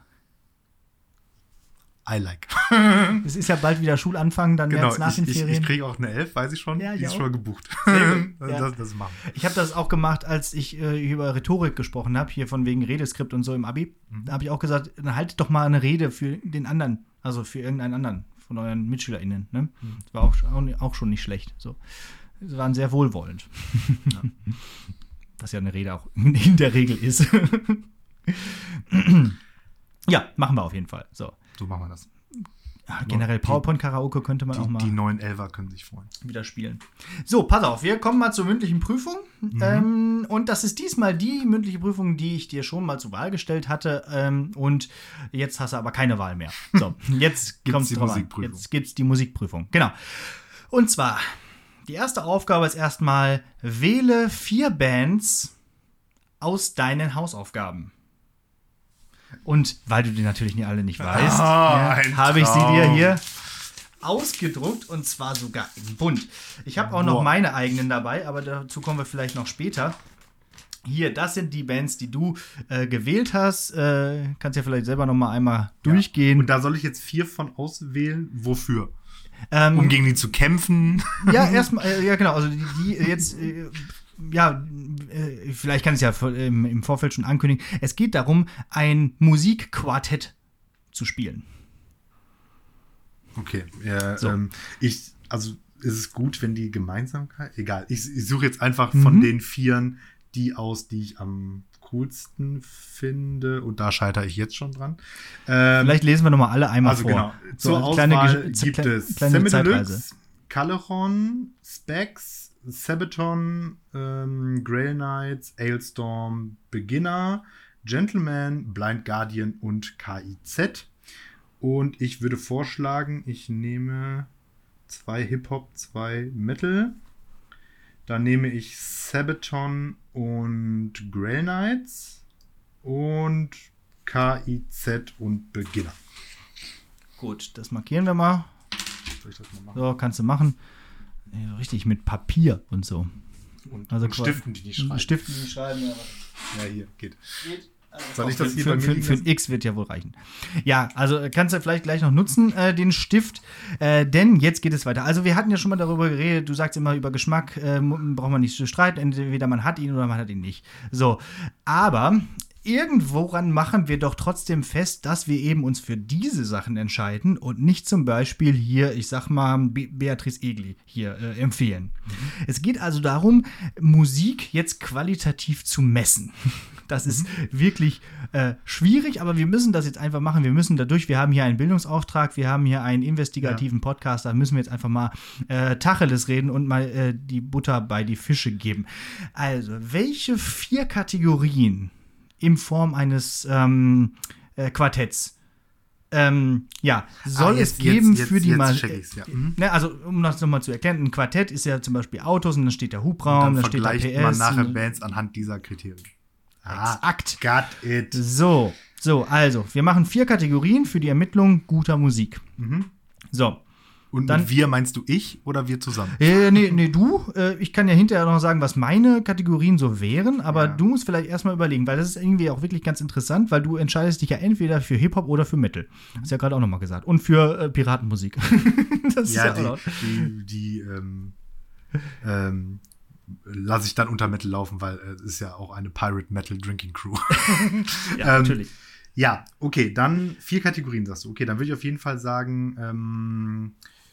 I like. Es ist ja bald wieder Schulanfang, dann genau, jetzt nach den Ferien. Ich kriege auch eine 11, weiß ich schon. Ja, die ist auch. schon mal gebucht. Ja. Das machen. Ich habe das auch gemacht, als ich über Rhetorik gesprochen habe, hier von wegen Redeskript und so im Abi. Da habe ich auch gesagt, dann haltet doch mal eine Rede für den anderen, also für irgendeinen anderen von euren MitschülerInnen. Ne? Das war auch schon nicht schlecht. So. Sie waren sehr wohlwollend. Ja. Was ja eine Rede auch in der Regel ist. Ja, machen wir auf jeden Fall. So machen wir das. Ja, generell PowerPoint-Karaoke könnte man auch mal. Die neuen Elfer können sich freuen. Wieder spielen. So, pass auf, wir kommen mal zur mündlichen Prüfung. Und das ist diesmal die mündliche Prüfung, die ich dir schon mal zur Wahl gestellt hatte. Und jetzt hast du aber keine Wahl mehr. So, jetzt kommt die Musikprüfung. Jetzt gibt's die Musikprüfung. Genau. Und zwar, die erste Aufgabe ist erstmal, wähle 4 Bands aus deinen Hausaufgaben. Und weil du die natürlich alle nicht weißt, habe ich sie dir hier ausgedruckt und zwar sogar in bunt. Ich habe auch noch meine eigenen dabei, aber dazu kommen wir vielleicht noch später. Hier, das sind die Bands, die du gewählt hast. Kannst ja vielleicht selber noch mal einmal durchgehen. Und da soll ich jetzt 4 von auswählen. Wofür? Um gegen die zu kämpfen? Ja, erstmal, ja genau. Also die jetzt vielleicht kann ich es ja im Vorfeld schon ankündigen. Es geht darum, ein Musikquartett zu spielen. Okay. Ist es gut, wenn die Gemeinsamkeit. Egal. Ich suche jetzt einfach von den 4 die aus, die ich am coolsten finde. Und da scheitere ich jetzt schon dran. Vielleicht lesen wir nochmal alle einmal vor. Genau. Zur Auswahl gibt es Semi Deluxe, Callejon, Specs, Sabaton, Grail Knights, Ailstorm, Beginner, Gentleman, Blind Guardian und KIZ. Und ich würde vorschlagen, ich nehme 2 Hip-Hop, 2 Metal. Dann nehme ich Sabaton und Grail Knights und KIZ und Beginner. Gut, das markieren wir mal. Soll ich das mal machen? So, kannst du machen. Ja, richtig, mit Papier und so. Und Stiften, die nicht schreiben. Stiften, die schreiben, ja. Ja, hier, geht. Soll ich das hier bei mir für ein X wird ja wohl reichen. Ja, also kannst du vielleicht gleich noch nutzen, den Stift. Denn jetzt geht es weiter. Also wir hatten ja schon mal darüber geredet, du sagst immer, über Geschmack braucht man nicht zu streiten. Entweder man hat ihn oder man hat ihn nicht. So, aber irgendworan machen wir doch trotzdem fest, dass wir eben uns für diese Sachen entscheiden und nicht zum Beispiel hier, ich sag mal, Beatrice Egli hier empfehlen. Es geht also darum, Musik jetzt qualitativ zu messen. Das ist wirklich schwierig, aber wir müssen das jetzt einfach machen. Wir müssen dadurch, wir haben hier einen Bildungsauftrag, wir haben hier einen investigativen Podcast, da müssen wir jetzt einfach mal Tacheles reden und mal die Butter bei die Fische geben. Also, welche 4 Kategorien in Form eines Quartetts soll es geben für die mal. Ne, also, um das nochmal zu erklären, ein Quartett ist ja zum Beispiel Autos und dann steht der Hubraum, dann steht der PS. Vergleicht man nachher Bands anhand dieser Kriterien. Exakt. Got it. So, also, wir machen 4 Kategorien für die Ermittlung guter Musik. So. Und dann, wir meinst du ich oder wir zusammen? Nee, du. Ich kann ja hinterher noch sagen, was meine Kategorien so wären, aber du musst vielleicht erstmal überlegen, weil das ist irgendwie auch wirklich ganz interessant, weil du entscheidest dich ja entweder für Hip-Hop oder für Metal. Hast ja gerade auch nochmal gesagt. Und für Piratenmusik. Das ist ja auch laut. Die lasse ich dann unter Metal laufen, weil es ist ja auch eine Pirate Metal Drinking Crew. Ja, natürlich. Ja, okay, dann 4 Kategorien sagst du. Okay, dann würde ich auf jeden Fall sagen,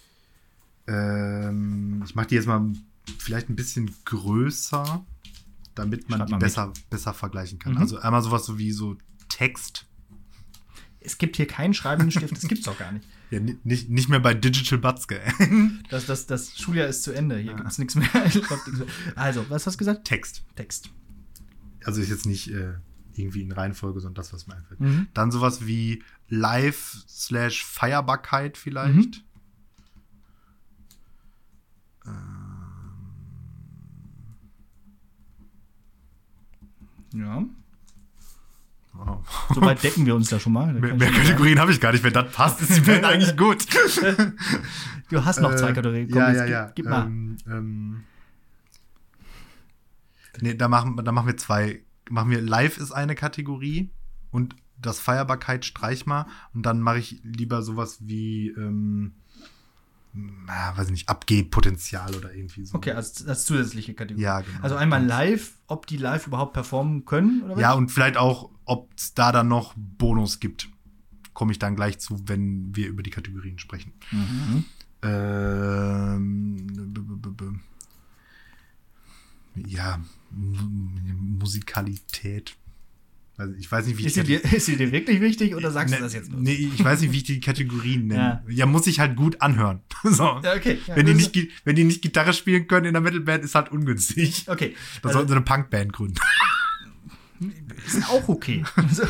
ich mache die jetzt mal vielleicht ein bisschen größer, damit man die besser vergleichen kann. Also einmal sowas so wie so Text. Es gibt hier keinen schreibenden Stift, das gibt's doch gar nicht. Ja, nicht mehr bei Digital Butzke. Das Schuljahr ist zu Ende, hier gibt's nichts mehr. Also, was hast du gesagt? Text. Also ist jetzt nicht irgendwie in Reihenfolge, sondern das, was mir einfällt. Dann sowas wie Live/Feierbarkeit vielleicht. Ja. Wow. Soweit decken wir uns da schon mal. Mehr Kategorien habe ich gar nicht. Wenn das passt, ist die Band eigentlich gut. Du hast noch 2 Kategorien. Komm, gib mal. Nee, da machen wir 2. Machen wir Live ist eine Kategorie und das Feierbarkeit streich mal. Und dann mache ich lieber sowas wie weiß ich nicht, Abgehpotenzial oder irgendwie so. Okay, als zusätzliche Kategorie. Ja, genau. Also einmal live, ob die live überhaupt performen können, oder was? Ja, und vielleicht auch, ob es da dann noch Bonus gibt. Komme ich dann gleich zu, wenn wir über die Kategorien sprechen. Ja, Musikalität. Also ich weiß nicht, wie ist sie dir wirklich wichtig oder sagst du das jetzt nur? Nee, ich weiß nicht, wie ich die Kategorien nenne. Ja, muss ich halt gut anhören. So. Ja, okay. Ja, wenn die nicht Gitarre spielen können in der Metalband, ist halt ungünstig. Okay. Da sollten sie eine Punkband gründen. Ist auch okay.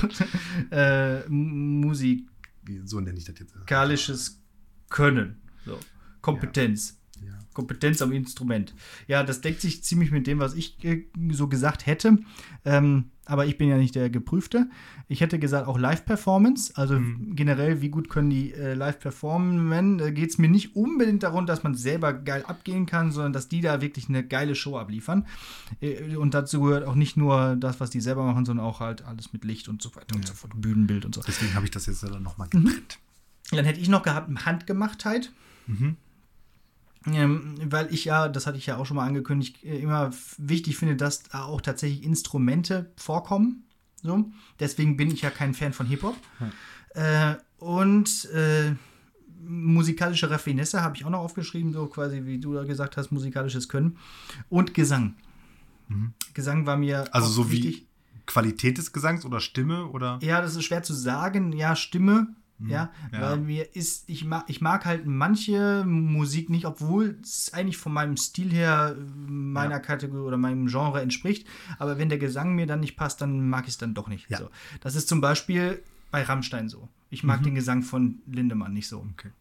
Musik. So nenne ich das jetzt. Musikalisches Können. So. Kompetenz. Ja. Kompetenz am Instrument. Ja, das deckt sich ziemlich mit dem, was ich so gesagt hätte. Aber ich bin ja nicht der Geprüfte. Ich hätte gesagt, auch Live-Performance. Also generell, wie gut können die live performen? Da geht es mir nicht unbedingt darum, dass man selber geil abgehen kann, sondern dass die da wirklich eine geile Show abliefern. Und dazu gehört auch nicht nur das, was die selber machen, sondern auch halt alles mit Licht und so weiter und so fort. Bühnenbild und so. Deswegen habe ich das jetzt dann nochmal getrennt. Dann hätte ich noch gehabt, Handgemachtheit. Weil ich ja, das hatte ich ja auch schon mal angekündigt, immer wichtig finde, dass da auch tatsächlich Instrumente vorkommen. So. Deswegen bin ich ja kein Fan von Hip-Hop. Und musikalische Raffinesse habe ich auch noch aufgeschrieben, so quasi, wie du da gesagt hast, musikalisches Können. Und Gesang. Gesang war mir also so wichtig. Wie Qualität des Gesangs oder Stimme? Oder? Ja, das ist schwer zu sagen. Ja, Stimme. Ja, weil ich mag halt manche Musik nicht, obwohl es eigentlich von meinem Stil her meiner Kategorie oder meinem Genre entspricht. Aber wenn der Gesang mir dann nicht passt, dann mag ich es dann doch nicht. Ja. So. Das ist zum Beispiel bei Rammstein so. Ich mag den Gesang von Lindemann nicht so. Okay.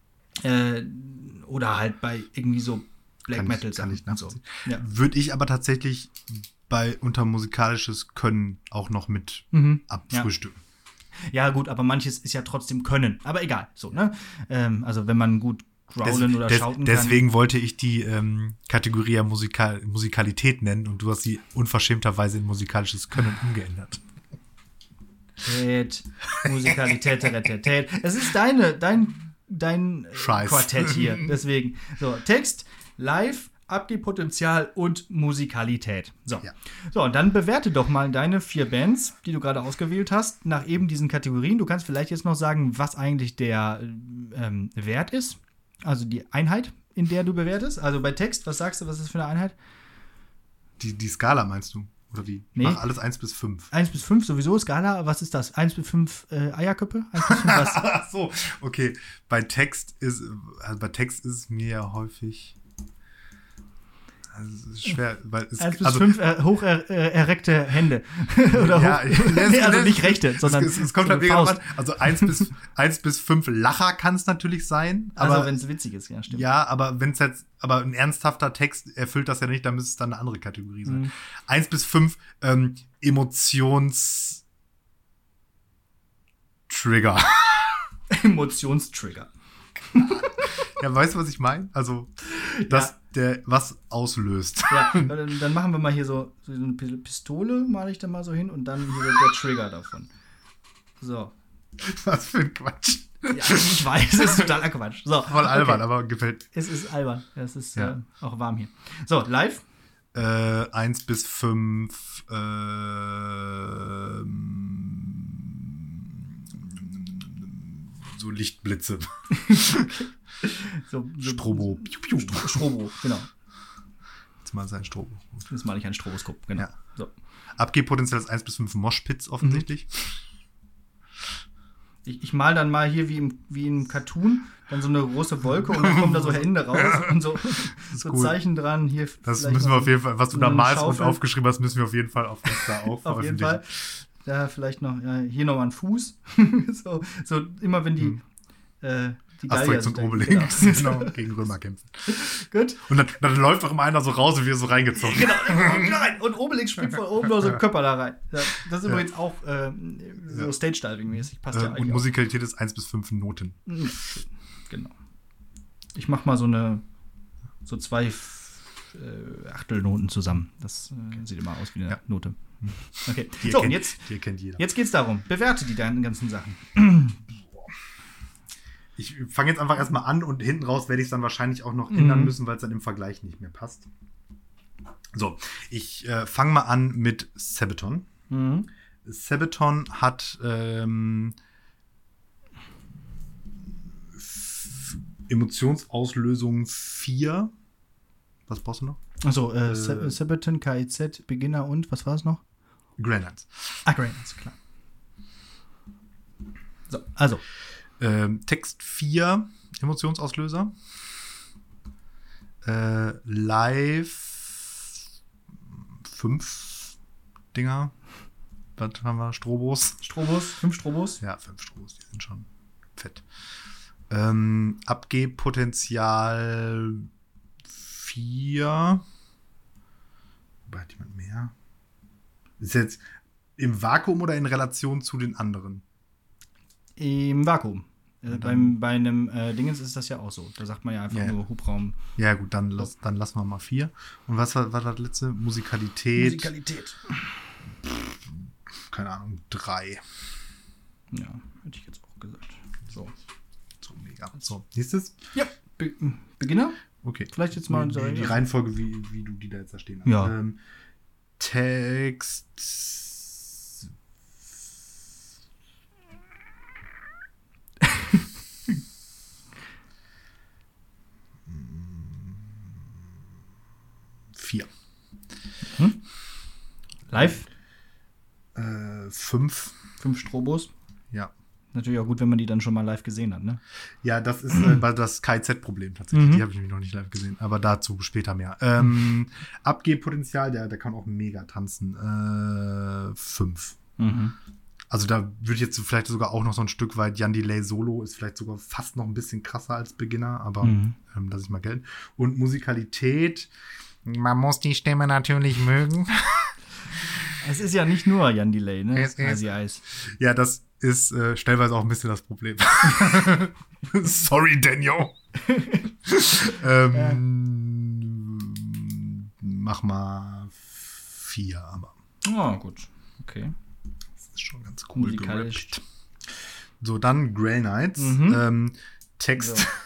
Oder halt bei irgendwie so Black Metal kann ich nachvollziehen. So. Ja. Würde ich aber tatsächlich unter musikalisches Können auch noch mit abfrühstücken. Ja, gut, aber manches ist ja trotzdem Können. Aber egal, so, ne? Also, wenn man gut growlen oder schauten kann. Deswegen wollte ich die Kategorie ja Musikalität nennen und du hast sie unverschämterweise in musikalisches Können umgeändert. Musikalität. Es ist dein Quartett hier. Deswegen. So, Text, Live, Abgehpotenzial und Musikalität. So. Ja. So, und dann bewerte doch mal deine 4 Bands, die du gerade ausgewählt hast, nach eben diesen Kategorien. Du kannst vielleicht jetzt noch sagen, was eigentlich der Wert ist. Also die Einheit, in der du bewertest. Also bei Text, was sagst du, was ist das für eine Einheit? Die Skala meinst du? Oder wie? Nee. Mach alles 1 bis 5. 1 bis 5 sowieso, Skala, was ist das? 1 bis 5 Eierköpfe? 1 bis 5 was? Ach so, okay. Bei Text ist es mir ja häufig. Also es ist schwer, weil es 1 bis 5 hoch erreckte Hände. Oder ja, nee, also nicht rechte, sondern es kommt so halt eine mega Faust. drauf an. Also 1 bis 5 Lacher kann es natürlich sein. Also Aber wenn es witzig ist, ja, stimmt. ja, aber wenn es jetzt, aber ein ernsthafter Text erfüllt das ja nicht, dann müsste es dann eine andere Kategorie sein. 1 bis 5 Emotionstrigger. Emotionstrigger. Ja, weißt du, was ich meine? Also, dass der was auslöst. Ja, dann machen wir mal hier so eine Pistole, male ich da mal so hin und dann hier der Trigger davon. So. Was für ein Quatsch. Ja, ich weiß, es ist totaler Quatsch. So, Voll albern, aber gefällt. Es ist albern. Es ist auch warm hier. So, live. 1 bis 5 so Lichtblitze. So, Strobo. Strobo, genau. Jetzt mal sein Strobo. Das male ich ein Stroboskop, genau. Ja. So. Abgehpotenzial ist 1 bis 5 Moshpits offensichtlich. Ich male dann mal hier wie im Cartoon dann so eine große Wolke und dann kommen da so Hände raus und so cool. Zeichen dran. Hier Das müssen wir auf jeden Fall, was du da malst und aufgeschrieben hast, müssen wir auf jeden Fall auf Insta auf jeden Fall. Da vielleicht noch, hier nochmal ein Fuß. so immer wenn die Asterix und Obelix genau, gegen Römer kämpfen. Gut. Und dann läuft doch immer einer so raus und wird so reingezogen. Genau, rein. Und Obelix springt von oben noch so einen Körper da rein. Ja, das ist übrigens auch so Stage-Diving-mäßig. Passt ja eigentlich Und auch. Musikalität ist 1 bis 5 Noten. Genau. Ich mach mal so 2 Achtelnoten zusammen. Das sieht immer aus wie eine Note. Okay. So, und jetzt kennt jeder. Jetzt geht's darum. Bewerte die deinen ganzen Sachen. Ich fange jetzt einfach erstmal an und hinten raus werde ich es dann wahrscheinlich auch noch ändern müssen, weil es dann im Vergleich nicht mehr passt. So, ich fange mal an mit Sabaton. Sabaton hat Emotionsauslösung 4. Was brauchst du noch? Also, Sabaton, KIZ, Beginner und was war es noch? Granites. Granites, klar. So, also. Text 4, Emotionsauslöser. Live 5 Dinger. Was haben wir? Strobos. 5 Strobos? Ja, 5 Strobos, die sind schon fett. Abgehpotenzial 4. Wobei hat jemand mehr? Ist jetzt im Vakuum oder in Relation zu den anderen? Im Vakuum. Bei einem Dingens ist das ja auch so. Da sagt man ja einfach nur Hubraum. Ja, gut, dann lassen wir mal 4. Und was war das letzte? Musikalität. Keine Ahnung, 3. Ja, hätte ich jetzt auch gesagt. So mega. So, nächstes? Ja, Beginner? Okay. Vielleicht jetzt mal die Reihenfolge, wie du die da jetzt da stehen hast. Ja. Text 4. Live? 5. 5 Strobos. Ja. Natürlich auch gut, wenn man die dann schon mal live gesehen hat, ne? Ja, das ist das KZ-Problem tatsächlich. Die habe ich nämlich noch nicht live gesehen, aber dazu später mehr. Abgehpotenzial, der kann auch mega tanzen. 5. Also da würde ich jetzt vielleicht sogar auch noch so ein Stück weit Jan Delay Solo ist vielleicht sogar fast noch ein bisschen krasser als Beginner, aber lass ich mal gelten. Und Musikalität, man muss die Stimme natürlich mögen. Es ist ja nicht nur Jan Delay, ne? Icy Ice. Ja, das ist stellenweise auch ein bisschen das Problem. Sorry, Daniel. Mach mal 4, aber. Oh, gut. Okay. Das ist schon ganz cool musikalisch gerappt. So, dann Granites. Text. So.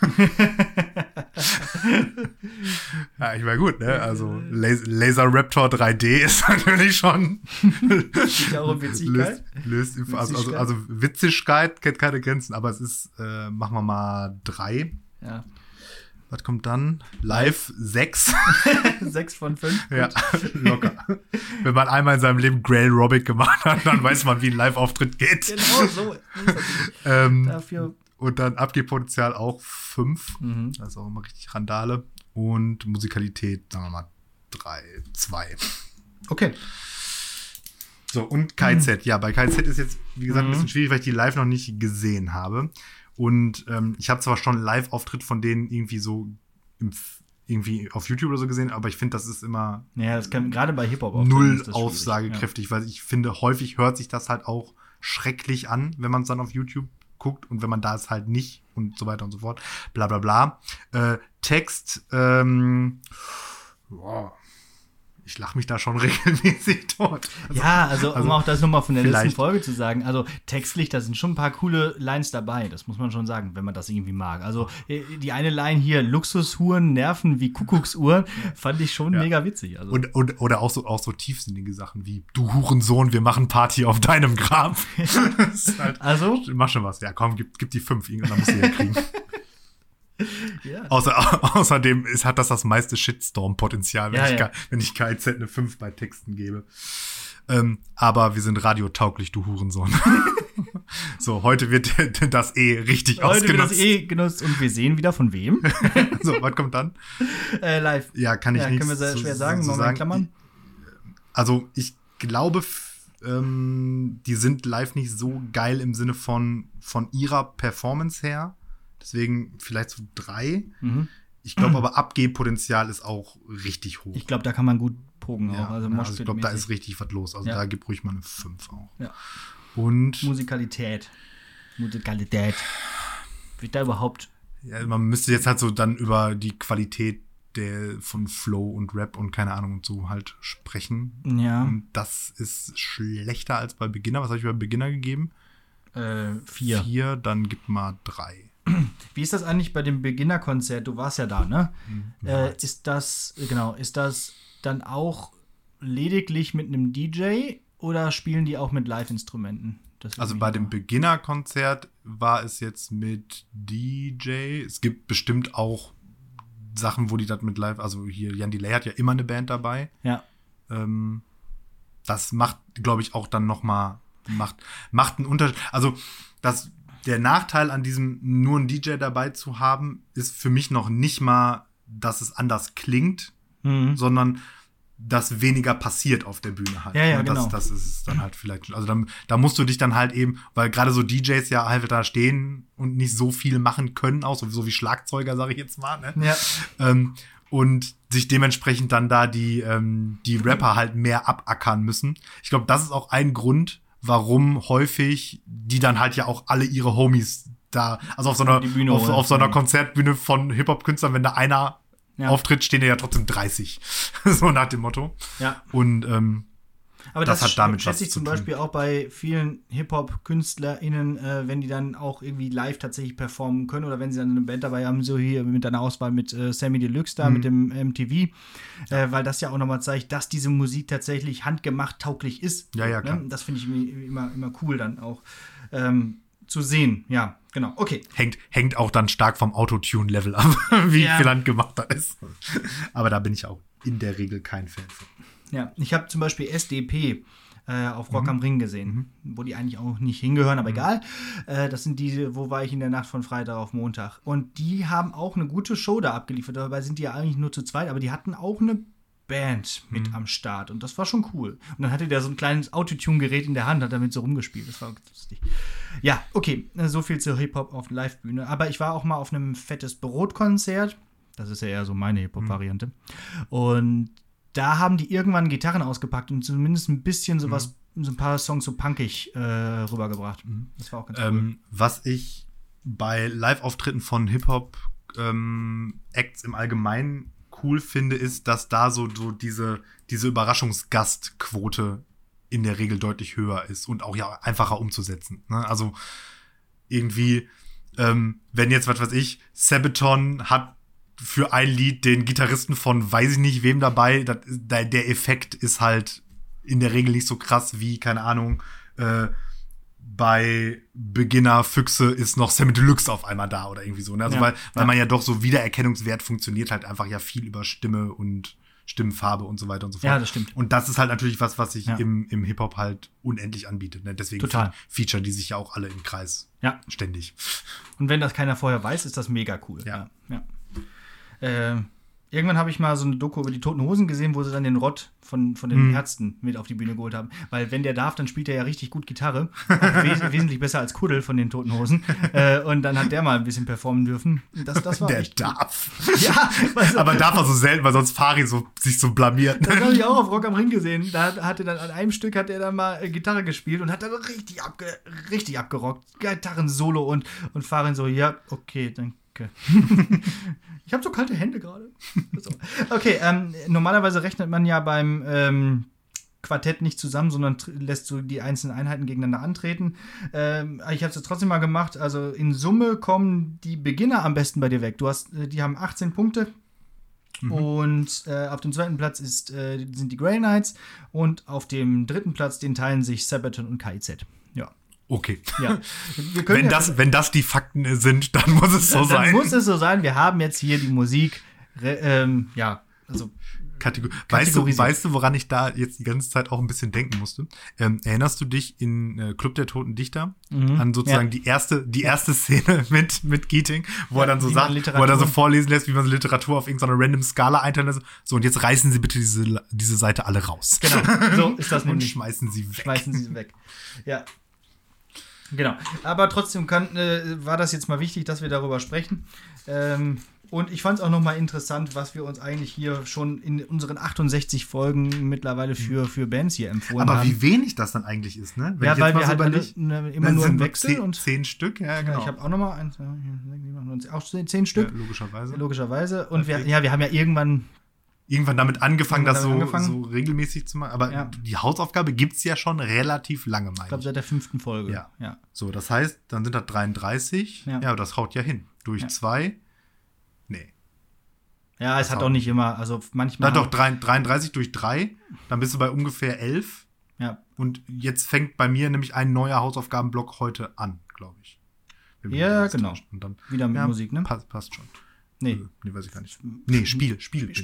Ja, ich war gut, ne? Also Laser Raptor 3D ist natürlich schon. Geht ja auch um Witzigkeit. Also Witzigkeit kennt keine Grenzen, aber es ist, machen wir mal 3. Ja. Was kommt dann? Live 6. 6 von 5. Ja, locker. Wenn man einmal in seinem Leben Grail Robic gemacht hat, dann weiß man, wie ein Live-Auftritt geht. Genau so. Dafür. Und dann Abgehpotenzial auch 5. Das ist auch immer richtig Randale. Und Musikalität, sagen wir mal, 3, 2. Okay. So, und KZ. Ja, bei KZ ist jetzt, wie gesagt, ein bisschen schwierig, weil ich die live noch nicht gesehen habe. Und ich habe zwar schon einen Live-Auftritt von denen irgendwie so irgendwie auf YouTube oder so gesehen, aber ich finde, das ist immer das kann gerade bei Hip-Hop null aussagekräftig, weil ich finde, häufig hört sich das halt auch schrecklich an, wenn man es dann auf YouTube guckt und wenn man da ist halt nicht und so weiter und so fort. Bla bla bla. Text, ich lache mich da schon regelmäßig tot. Also um auch das nochmal von der letzten Folge zu sagen, also textlich, da sind schon ein paar coole Lines dabei, das muss man schon sagen, wenn man das irgendwie mag. Also die eine Line hier, Luxushuren nerven wie Kuckucksuhren, fand ich schon mega witzig. Also. Oder auch so tiefsinnige Sachen wie, du Hurensohn, wir machen Party auf deinem Grab. Das ist halt, also? Mach schon was. Ja, komm, gib die 5, irgendwann musst du ja kriegen. Ja. Außerdem hat das meiste Shitstorm-Potenzial, wenn ich KZ eine 5 bei Texten gebe. Aber wir sind radiotauglich, du Hurensohn. So, heute wird das richtig ausgenutzt. Heute wird das genutzt und wir sehen wieder von wem. So, was kommt dann? Live. Ja, kann ich nicht. Können wir sehr schwer sagen, so sagen. Klammern. Also, ich glaube, die sind live nicht so geil im Sinne von ihrer Performance her. Deswegen vielleicht so 3. Ich glaube aber, Abgehpotenzial ist auch richtig hoch. Ich glaube, da kann man gut pogen auch. Also ich glaube, da ist richtig was los. Also da gibt ruhig mal eine 5 auch. Ja. Und Musikalität. Wird da überhaupt... Ja, man müsste jetzt halt so dann über die Qualität von Flow und Rap und keine Ahnung und so halt sprechen. Ja. Und das ist schlechter als bei Beginner. Was habe ich bei Beginner gegeben? 4. 4, dann gib mal 3. Wie ist das eigentlich bei dem Beginnerkonzert? Du warst ja da, ne? Ist das dann auch lediglich mit einem DJ oder spielen die auch mit Live-Instrumenten? Also bei dem Beginnerkonzert war es jetzt mit DJ. Es gibt bestimmt auch Sachen, wo die das mit Live, also hier Jan Delay hat ja immer eine Band dabei. Ja. Das macht, glaube ich, auch dann nochmal, macht einen Unterschied. Also der Nachteil an diesem nur einen DJ dabei zu haben, ist für mich noch nicht mal, dass es anders klingt, sondern dass weniger passiert auf der Bühne halt. Ja, genau. Das ist es dann halt vielleicht schon. Also da musst du dich dann halt eben, weil gerade so DJs ja halt da stehen und nicht so viel machen können, auch so wie Schlagzeuger, sage ich jetzt mal. Ne? Ja. Und sich dementsprechend dann da die Rapper halt mehr abackern müssen. Ich glaube, das ist auch ein Grund, warum häufig die dann halt ja auch alle ihre Homies da, also auf so einer Konzertbühne von Hip-Hop-Künstlern, wenn da einer auftritt, stehen ja trotzdem 30. So nach dem Motto. Ja. Und aber das hat damit was schätze ich zum Beispiel auch bei vielen Hip-Hop-KünstlerInnen, wenn die dann auch irgendwie live tatsächlich performen können oder wenn sie dann eine Band dabei haben, so hier mit einer Auswahl mit Sammy Deluxe da, mit dem MTV, weil das ja auch nochmal zeigt, dass diese Musik tatsächlich handgemacht tauglich ist. Ja, klar. Ne? Das finde ich immer cool dann auch zu sehen. Ja, genau. Okay. Hängt auch dann stark vom Autotune-Level ab, wie viel handgemacht das ist. Aber da bin ich auch in der Regel kein Fan von. Ja, ich habe zum Beispiel SDP auf Rock am Ring gesehen, wo die eigentlich auch nicht hingehören, aber egal. Das sind diese, wo war ich in der Nacht von Freitag auf Montag. Und die haben auch eine gute Show da abgeliefert. Dabei sind die ja eigentlich nur zu zweit, aber die hatten auch eine Band mit am Start. Und das war schon cool. Und dann hatte der so ein kleines Autotune-Gerät in der Hand, hat damit so rumgespielt. Das war lustig. Ja, okay, so viel zu Hip-Hop auf Live-Bühne. Aber ich war auch mal auf einem fettes Brot-Konzert. Das ist ja eher so meine Hip-Hop-Variante. Und da haben die irgendwann Gitarren ausgepackt und zumindest ein bisschen sowas, so ein paar Songs so punkig rübergebracht. Das war auch ganz cool. Was ich bei Live-Auftritten von Hip-Hop-Acts im Allgemeinen cool finde, ist, dass da so diese Überraschungsgastquote in der Regel deutlich höher ist und auch ja einfacher umzusetzen. Ne? Also irgendwie, wenn jetzt, was weiß ich, Sabaton hat für ein Lied den Gitarristen von weiß ich nicht wem dabei, der Effekt ist halt in der Regel nicht so krass wie, keine Ahnung, bei Beginner Füchse ist noch Sammy Deluxe auf einmal da oder irgendwie so. Ne? Also weil man ja doch so Wiedererkennungswert funktioniert halt einfach ja viel über Stimme und Stimmfarbe und so weiter und so fort. Ja, das stimmt. Und das ist halt natürlich was sich im Hip-Hop halt unendlich anbietet. Ne? Deswegen feature die sich ja auch alle im Kreis. Ja. Ständig. Und wenn das keiner vorher weiß, ist das mega cool. Ja. Irgendwann habe ich mal so eine Doku über die Toten Hosen gesehen, wo sie dann den Rott von den Ärzten mit auf die Bühne geholt haben. Weil wenn der darf, dann spielt er ja richtig gut Gitarre. Auch wesentlich besser als Kuddel von den Toten Hosen. Und dann hat der mal ein bisschen performen dürfen. Das war der echt darf. Ja, aber darf er so selten, weil sonst Fari sich so blamiert. Das habe ich auch auf Rock am Ring gesehen. Da hat er dann an einem Stück dann mal Gitarre gespielt und hat dann richtig abgerockt. Gitarren-Solo und Farin so, ja, okay, danke. Ich habe so kalte Hände gerade. So. Okay, normalerweise rechnet man ja beim Quartett nicht zusammen, sondern lässt so die einzelnen Einheiten gegeneinander antreten. Ich habe es trotzdem mal gemacht. Also in Summe kommen die Beginner am besten bei dir weg. Die haben 18 Punkte. Und auf dem zweiten Platz sind die Grey Knights und auf dem dritten Platz, den teilen sich Sabaton und KIZ. Ja. Okay. Ja. Wenn das die Fakten sind, dann muss es so sein. Dann muss es so sein. Wir haben jetzt hier die Musik, Weißt du, woran ich da jetzt die ganze Zeit auch ein bisschen denken musste? Erinnerst du dich in Club der Toten Dichter an sozusagen die erste Szene mit Keating, wo er dann so sagt, wo er dann so vorlesen lässt, wie man so Literatur auf irgendeiner random Skala einteilen lässt. So, und jetzt reißen Sie bitte diese Seite alle raus. Genau, so ist das nämlich. Und schmeißen sie weg. Ja. Genau, aber trotzdem war das jetzt mal wichtig, dass wir darüber sprechen. Und ich fand es auch nochmal interessant, was wir uns eigentlich hier schon in unseren 68 Folgen mittlerweile für Bands hier empfohlen haben. Aber wie wenig das dann eigentlich ist, ne? Wenn weil wir halt immer nur im Wechsel. 10 Stück, ja, genau. Ich habe auch nochmal auch 10 Stück. Ja, logischerweise. Und wir haben ja irgendwann damit angefangen, das so regelmäßig zu machen. Aber die Hausaufgabe gibt es ja schon relativ lange, meine ich. Ich glaube, seit der 5. Folge. Ja. So, das heißt, dann sind das 33. Ja, aber das haut ja hin. Durch 2. Nee. Ja, es hat auch nicht immer, also manchmal. Na doch, 33 durch 3. Dann bist du bei ungefähr 11. Ja. Und jetzt fängt bei mir nämlich ein neuer Hausaufgabenblock heute an, glaube ich. Ja, genau. Und dann, wieder mit Musik, ne? Passt schon. Nee, weiß ich gar nicht. Nee, Spiel.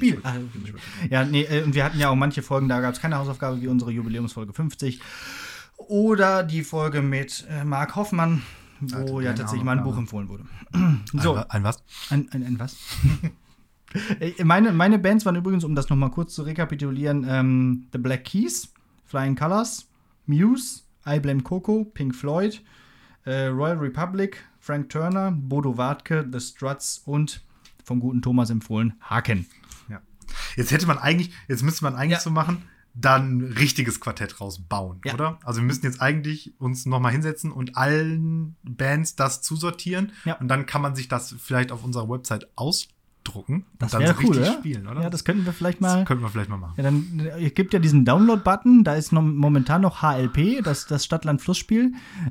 Ja, nee, und wir hatten ja auch manche Folgen, da gab es keine Hausaufgabe, wie unsere Jubiläumsfolge 50. Oder die Folge mit Mark Hoffmann, wo tatsächlich mal ein Buch empfohlen wurde. So. Ein was? Ein was? meine Bands waren übrigens, um das nochmal kurz zu rekapitulieren, The Black Keys, Flying Colours, Muse, I Blame Coco, Pink Floyd, Royal Republic, Frank Turner, Bodo Wartke, The Struts und vom guten Thomas empfohlen, Haken. Ja. Jetzt müsste man eigentlich so machen, dann ein richtiges Quartett rausbauen, oder? Also wir müssen jetzt eigentlich uns nochmal hinsetzen und allen Bands das zusortieren. Ja. Und dann kann man sich das vielleicht auf unserer Website ausdrucken das und dann so richtig cool, spielen, oder? Ja, das könnten wir vielleicht mal machen. Ja, dann es gibt ja diesen Download-Button, da ist momentan noch HLP, das Stadt-Land-Fluss-Spiel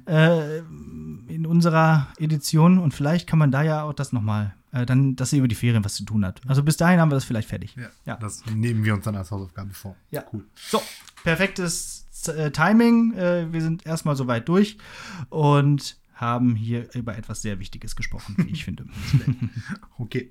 in unserer Edition und vielleicht kann man da ja auch das nochmal dass sie über die Ferien was zu tun hat. Also bis dahin haben wir das vielleicht fertig. Ja. Das nehmen wir uns dann als Hausaufgabe vor. Ja. Cool. So, perfektes Timing. Wir sind erstmal soweit durch und haben hier über etwas sehr Wichtiges gesprochen, wie ich finde. Okay.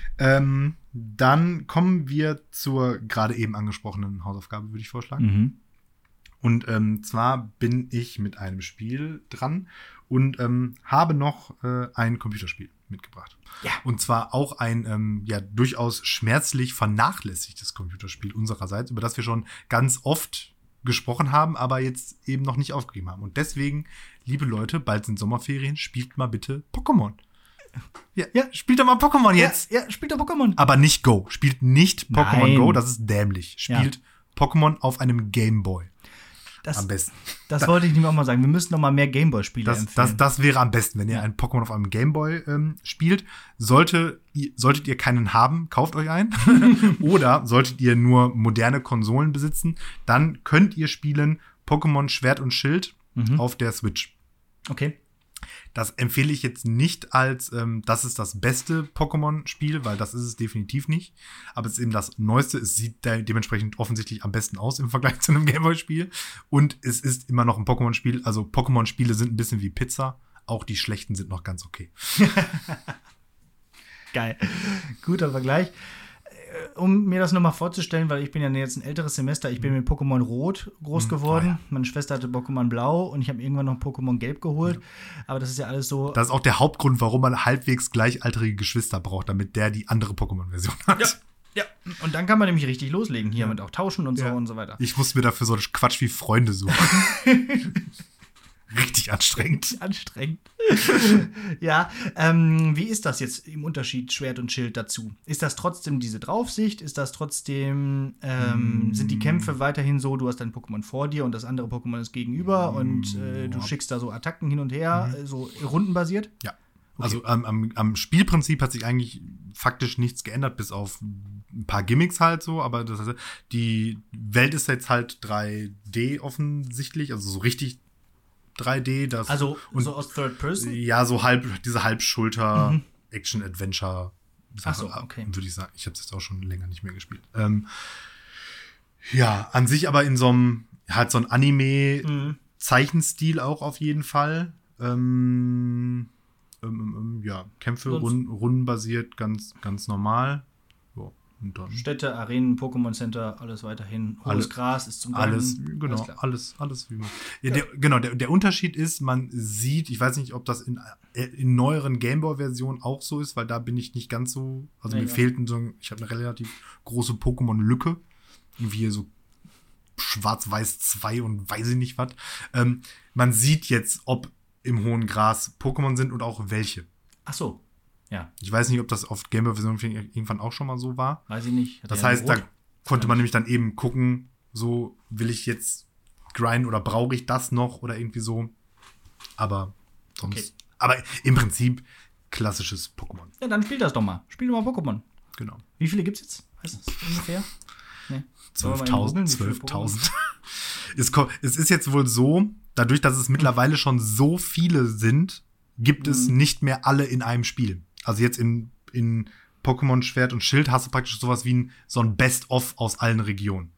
Dann kommen wir zur gerade eben angesprochenen Hausaufgabe, würde ich vorschlagen. Und zwar bin ich mit einem Spiel dran und habe noch ein Computerspiel mitgebracht. Ja. Und zwar auch ein durchaus schmerzlich vernachlässigtes Computerspiel unsererseits, über das wir schon ganz oft gesprochen haben, aber jetzt eben noch nicht aufgegeben haben. Und deswegen, liebe Leute, bald sind Sommerferien, spielt mal bitte Pokémon. Ja, spielt doch mal Pokémon jetzt. Ja, spielt doch Pokémon. Aber nicht Go. Spielt nicht Pokémon Go, das ist dämlich. Spielt Pokémon auf einem Gameboy. Am besten. Das wollte ich nämlich auch mal sagen. Wir müssen noch mal mehr Gameboy-Spiele empfehlen. Das wäre am besten, wenn ihr ein Pokémon auf einem Gameboy spielt. Solltet ihr keinen haben, kauft euch einen. Oder solltet ihr nur moderne Konsolen besitzen, dann könnt ihr spielen Pokémon Schwert und Schild auf der Switch. Okay. Das empfehle ich jetzt nicht als, das ist das beste Pokémon-Spiel, weil das ist es definitiv nicht. Aber es ist eben das Neueste. Es sieht dementsprechend offensichtlich am besten aus im Vergleich zu einem Gameboy-Spiel. Und es ist immer noch ein Pokémon-Spiel. Also Pokémon-Spiele sind ein bisschen wie Pizza. Auch die schlechten sind noch ganz okay. Geil. Guter Vergleich. Um mir das nochmal vorzustellen, weil ich bin ja jetzt ein älteres Semester, ich bin mit Pokémon Rot groß geworden. Ja. Meine Schwester hatte Pokémon Blau und ich habe irgendwann noch Pokémon Gelb geholt. Aber das ist ja alles so. Das ist auch der Hauptgrund, warum man halbwegs gleichaltrige Geschwister braucht, damit der die andere Pokémon-Version hat. Ja. Ja, und dann kann man nämlich richtig loslegen. Hier mit auch tauschen und so Ja. und so weiter. Ich muss mir dafür so Quatsch wie Freunde suchen. Richtig anstrengend. Anstrengend. Ja, wie ist das jetzt im Unterschied Schwert und Schild dazu? Ist das trotzdem diese Draufsicht? Ist das trotzdem, sind die Kämpfe weiterhin so, du hast dein Pokémon vor dir und das andere Pokémon ist gegenüber und du schickst da so Attacken hin und her, so rundenbasiert? Ja. Also am Spielprinzip hat sich eigentlich faktisch nichts geändert, bis auf ein paar Gimmicks halt so, aber das heißt, die Welt ist jetzt halt 3D offensichtlich, also so richtig 3D. Das Also und, so aus Third Person? Ja, so diese Halbschulter-Action-Adventure. Ach so, okay. Würde ich sagen. Ich habe es jetzt auch schon länger nicht mehr gespielt. Ja, an sich aber in so einem, halt so ein Anime-Zeichenstil auch auf jeden Fall. Ja, Kämpfe rundenbasiert, ganz normal. So, und dann Städte, Arenen, Pokémon Center, alles weiterhin. Hohes Gras ist zum alles, Rennen. genau, alles wie man. Ja, der Unterschied ist, man sieht, ich weiß nicht, ob das in neueren Gameboy-Versionen auch so ist, weil da bin ich nicht ganz so, also mir fehlten so, ich habe eine relativ große Pokémon-Lücke, wie hier so Schwarz-Weiß 2 und weiß ich nicht was. Man sieht jetzt, ob im hohen Gras Pokémon sind und auch welche. Ach so, ja. Ich weiß nicht, ob das auf Gameboy-Version irgendwann auch schon mal so war. Weiß ich nicht. Das heißt, da konnte man nämlich dann eben gucken, so will ich jetzt grinden oder brauche ich das noch oder irgendwie so. Aber sonst. Okay. Aber im Prinzip klassisches Pokémon. Ja, dann spiel das doch mal. Spiel doch mal Pokémon. Genau. Wie viele gibt's jetzt? Weißt du das ungefähr? Nee. 12.000. Es ist jetzt wohl so, dadurch, dass es mittlerweile schon so viele sind, gibt es nicht mehr alle in einem Spiel. Also jetzt in Pokémon Schwert und Schild hast du praktisch sowas wie so ein Best-of aus allen Regionen.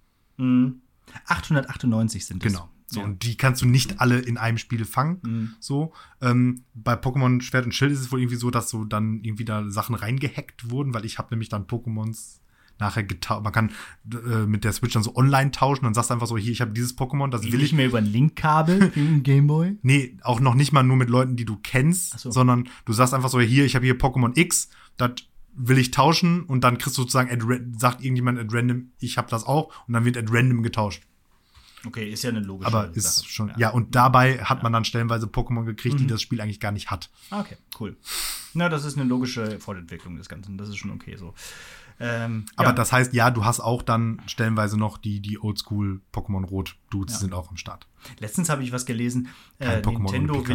898 sind es. Genau. So, ja. Und die kannst du nicht alle in einem Spiel fangen. So. Bei Pokémon Schwert und Schild ist es wohl irgendwie so, dass so dann irgendwie da Sachen reingehackt wurden, weil ich habe nämlich dann Pokémons nachher getauscht. Man kann mit der Switch dann so online tauschen und sagst einfach so, hier, ich habe dieses Pokémon, das will ich. Nicht mehr über ein Linkkabel im Gameboy? Nee, auch noch nicht mal nur mit Leuten, die du kennst, sondern du sagst einfach so, hier, ich habe hier Pokémon X, das will ich tauschen und dann kriegst du sozusagen, sagt irgendjemand at random, ich habe das auch und dann wird at random getauscht. Okay, ist ja eine logische Aber Sache. Ist schon, ja, und dabei hat man dann stellenweise Pokémon gekriegt, die das Spiel eigentlich gar nicht hat. Okay, cool. Na, das ist eine logische Fortentwicklung des Ganzen, das ist schon okay so. Aber das heißt, ja, du hast auch dann stellenweise noch die Oldschool Pokémon Rot Dudes sind auch am Start. Letztens habe ich was gelesen. Nintendo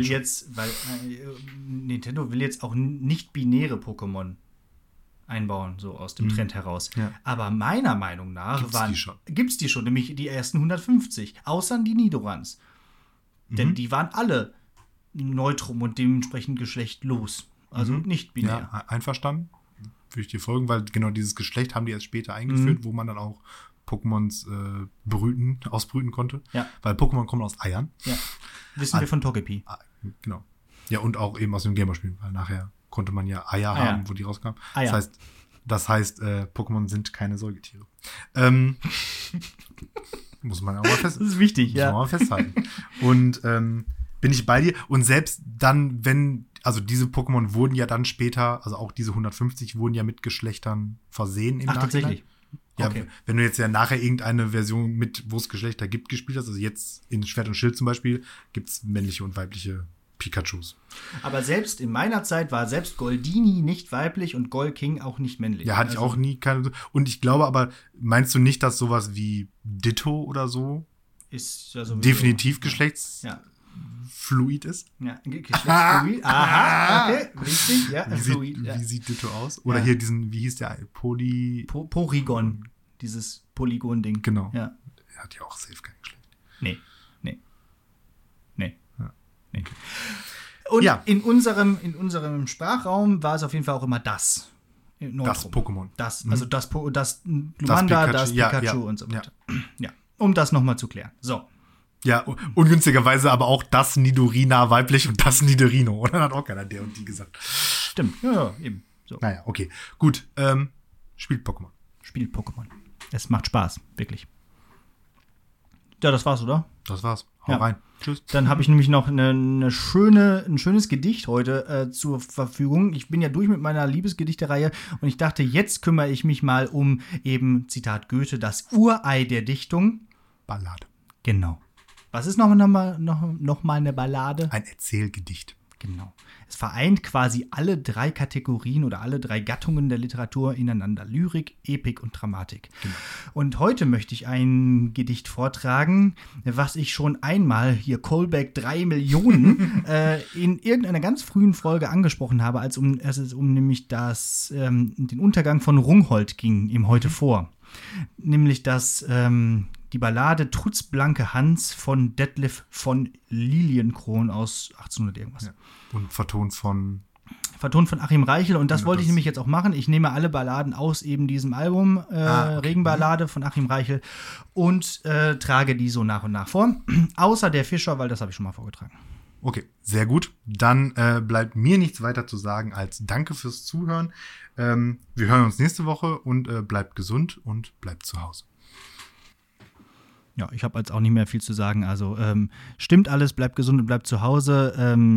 will jetzt auch nicht binäre Pokémon einbauen, so aus dem Trend heraus. Ja. Aber meiner Meinung nach gibt's die schon, nämlich die ersten 150, außer die Nidorans. Denn die waren alle neutrum und dementsprechend geschlechtlos. Also nicht binär. Ja, einverstanden. Würde ich dir folgen, weil genau dieses Geschlecht haben die erst später eingeführt, wo man dann auch Pokémons ausbrüten konnte. Ja. Weil Pokémon kommen aus Eiern. Ja. Wissen wir von Togepi. Genau. Ja, und auch eben aus dem Gameboy-Spiel, weil nachher konnte man ja Eier haben, wo die rauskamen. Das heißt, Pokémon sind keine Säugetiere. Muss man auch mal festhalten. Das ist wichtig, muss man mal festhalten. Und bin ich bei dir. Und selbst dann, also diese Pokémon wurden ja dann später, also auch diese 150 wurden ja mit Geschlechtern versehen im Nachhinein. Tatsächlich? Ja, okay. Wenn du jetzt ja nachher irgendeine Version mit, wo es Geschlechter gibt, gespielt hast, also jetzt in Schwert und Schild zum Beispiel, gibt es männliche und weibliche Pikachus. Aber selbst in meiner Zeit war selbst Goldini nicht weiblich und Golking auch nicht männlich. Ja, hatte ich auch nie keine. Und ich glaube aber, meinst du nicht, dass sowas wie Ditto oder so ist ja sowieso definitiv geschlechtsfluid ist? Ja, geschlechtsfluid. Aha, okay, richtig. Ja, wie sieht Ditto aus? Oder hier wie hieß der? Porygon. Dieses Polygon-Ding. Genau. Ja. Er hat ja auch safe kein Geschlecht. Nee. Und Ja. in unserem Sprachraum war es auf jeden Fall auch immer das. Das Pokémon. Also das Glumanda, das Pikachu, ja, und so weiter. Ja. Um das nochmal zu klären. So. Ja, ungünstigerweise aber auch das Nidorina weiblich und das Nidorino. Oder dann hat auch keiner der und die gesagt. Stimmt. Ja, eben. So. Naja, okay. Gut. Spielt Pokémon. Spielt Pokémon. Es macht Spaß, wirklich. Ja, das war's, oder? Das war's. Hau rein. Tschüss. Dann habe ich nämlich noch ein schönes Gedicht heute zur Verfügung. Ich bin ja durch mit meiner Liebesgedichtereihe und ich dachte, jetzt kümmere ich mich mal um eben, Zitat Goethe, das Urei der Dichtung. Ballade. Genau. Was ist noch mal eine Ballade? Ein Erzählgedicht. Genau. Es vereint quasi alle 3 Kategorien oder alle 3 Gattungen der Literatur ineinander. Lyrik, Epik und Dramatik. Genau. Und heute möchte ich ein Gedicht vortragen, was ich schon einmal, hier Callback 3 Millionen, in irgendeiner ganz frühen Folge angesprochen habe, als es um nämlich den Untergang von Rungholt ging, im Heute vor. Nämlich die Ballade Trutzblanke Hans von Detlev von Lilienkron aus 1800 irgendwas. Ja. Und vertont von Achim Reichel. Und das Ja, wollte ich das- nämlich jetzt auch machen. Ich nehme alle Balladen aus eben diesem Album, okay. Regenballade von Achim Reichel, und trage die so nach und nach vor. Außer der Fischer, weil das habe ich schon mal vorgetragen. Okay, sehr gut. Dann bleibt mir nichts weiter zu sagen als Danke fürs Zuhören. Wir hören uns nächste Woche und bleibt gesund und bleibt zu Hause. Ja, ich habe jetzt auch nicht mehr viel zu sagen. Also stimmt alles, bleibt gesund und bleibt zu Hause.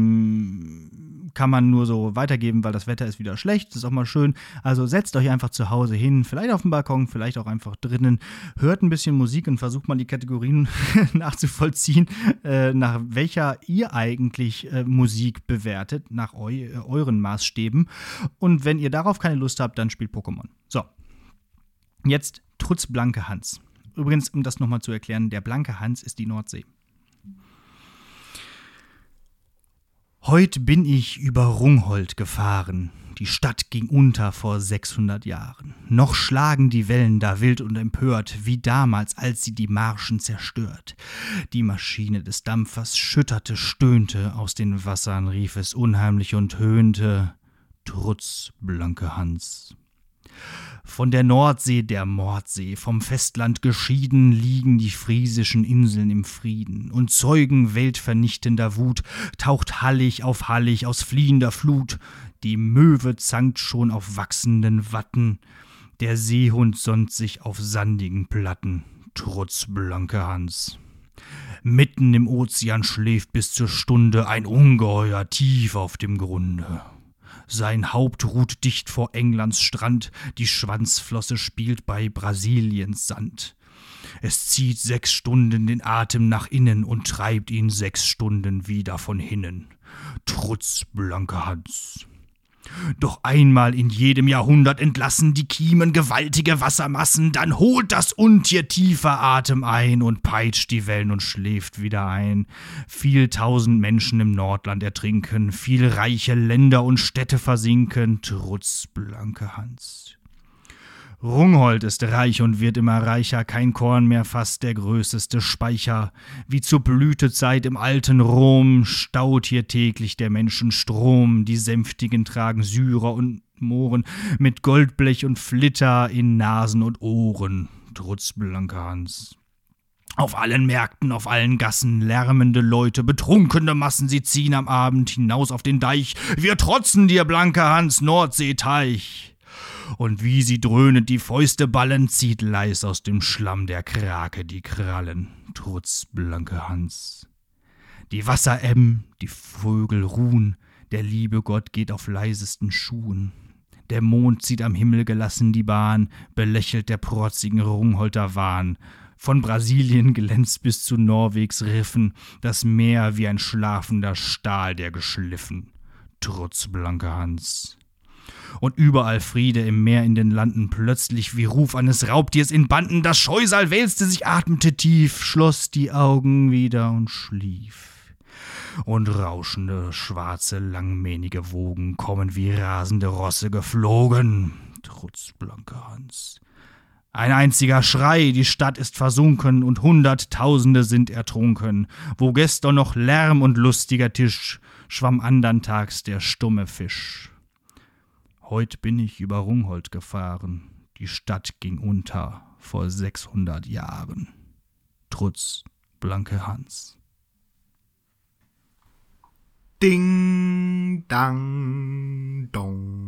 Kann man nur so weitergeben, weil das Wetter ist wieder schlecht. Das ist auch mal schön. Also setzt euch einfach zu Hause hin, vielleicht auf dem Balkon, vielleicht auch einfach drinnen. Hört ein bisschen Musik und versucht mal die Kategorien nachzuvollziehen, nach welcher ihr eigentlich Musik bewertet, nach euren Maßstäben. Und wenn ihr darauf keine Lust habt, dann spielt Pokémon. So, jetzt Trutzblanke Hans. Übrigens, um das nochmal zu erklären, der blanke Hans ist die Nordsee. Heut bin ich über Rungholt gefahren. Die Stadt ging unter vor 600 Jahren. Noch schlagen die Wellen da wild und empört, wie damals, als sie die Marschen zerstört. Die Maschine des Dampfers schütterte, stöhnte, aus den Wassern rief es unheimlich und höhnte: Trutzblanke Hans. Von der Nordsee der Mordsee, vom Festland geschieden, liegen die friesischen Inseln im Frieden und zeugen weltvernichtender Wut, taucht Hallig auf Hallig aus fliehender Flut. Die Möwe zankt schon auf wachsenden Watten, der Seehund sonnt sich auf sandigen Platten. Trutzblanke Hans. Mitten im Ozean schläft bis zur Stunde ein Ungeheuer tief auf dem Grunde. Sein Haupt ruht dicht vor Englands Strand, die Schwanzflosse spielt bei Brasiliens Sand. Es zieht 6 Stunden den Atem nach innen und treibt ihn 6 Stunden wieder von hinnen. Trutzblanke Hans. Doch einmal in jedem Jahrhundert entlassen die Kiemen gewaltige Wassermassen, dann holt das Untier tiefer Atem ein und peitscht die Wellen und schläft wieder ein. Viel tausend Menschen im Nordland ertrinken, viel reiche Länder und Städte versinken, Trutzblanke Hans. Rungholt ist reich und wird immer reicher, kein Korn mehr fast der größte Speicher. Wie zur Blütezeit im alten Rom staut hier täglich der Menschen Strom. Die Sänftigen tragen Syrer und Mohren mit Goldblech und Flitter in Nasen und Ohren. Trutzblanke Hans. Auf allen Märkten, auf allen Gassen lärmende Leute, betrunkene Massen, sie ziehen am Abend hinaus auf den Deich. Wir trotzen dir, blanke Hans, Nordseeteich. Und wie sie dröhnend die Fäuste ballen, zieht leis aus dem Schlamm der Krake die Krallen. Trutzblanke Hans. Die Wasser ebben, die Vögel ruhen, der liebe Gott geht auf leisesten Schuhen. Der Mond zieht am Himmel gelassen die Bahn, belächelt der protzigen Rungholter Wahn. Von Brasilien glänzt bis zu Norwegs Riffen das Meer wie ein schlafender Stahl, der geschliffen. Trutzblanke Hans. Und überall Friede im Meer, in den Landen, plötzlich wie Ruf eines Raubtiers in Banden. Das Scheusal wälzte sich, atmete tief, schloss die Augen wieder und schlief. Und rauschende, schwarze, langmähnige Wogen kommen wie rasende Rosse geflogen. Trutzblanke Hans. Ein einziger Schrei, die Stadt ist versunken und Hunderttausende sind ertrunken. Wo gestern noch Lärm und lustiger Tisch, schwamm andern Tags der stumme Fisch. Heut bin ich über Rungholt gefahren, die Stadt ging unter vor 600 Jahren. Trutz, Blanke Hans. Ding, dang, dong.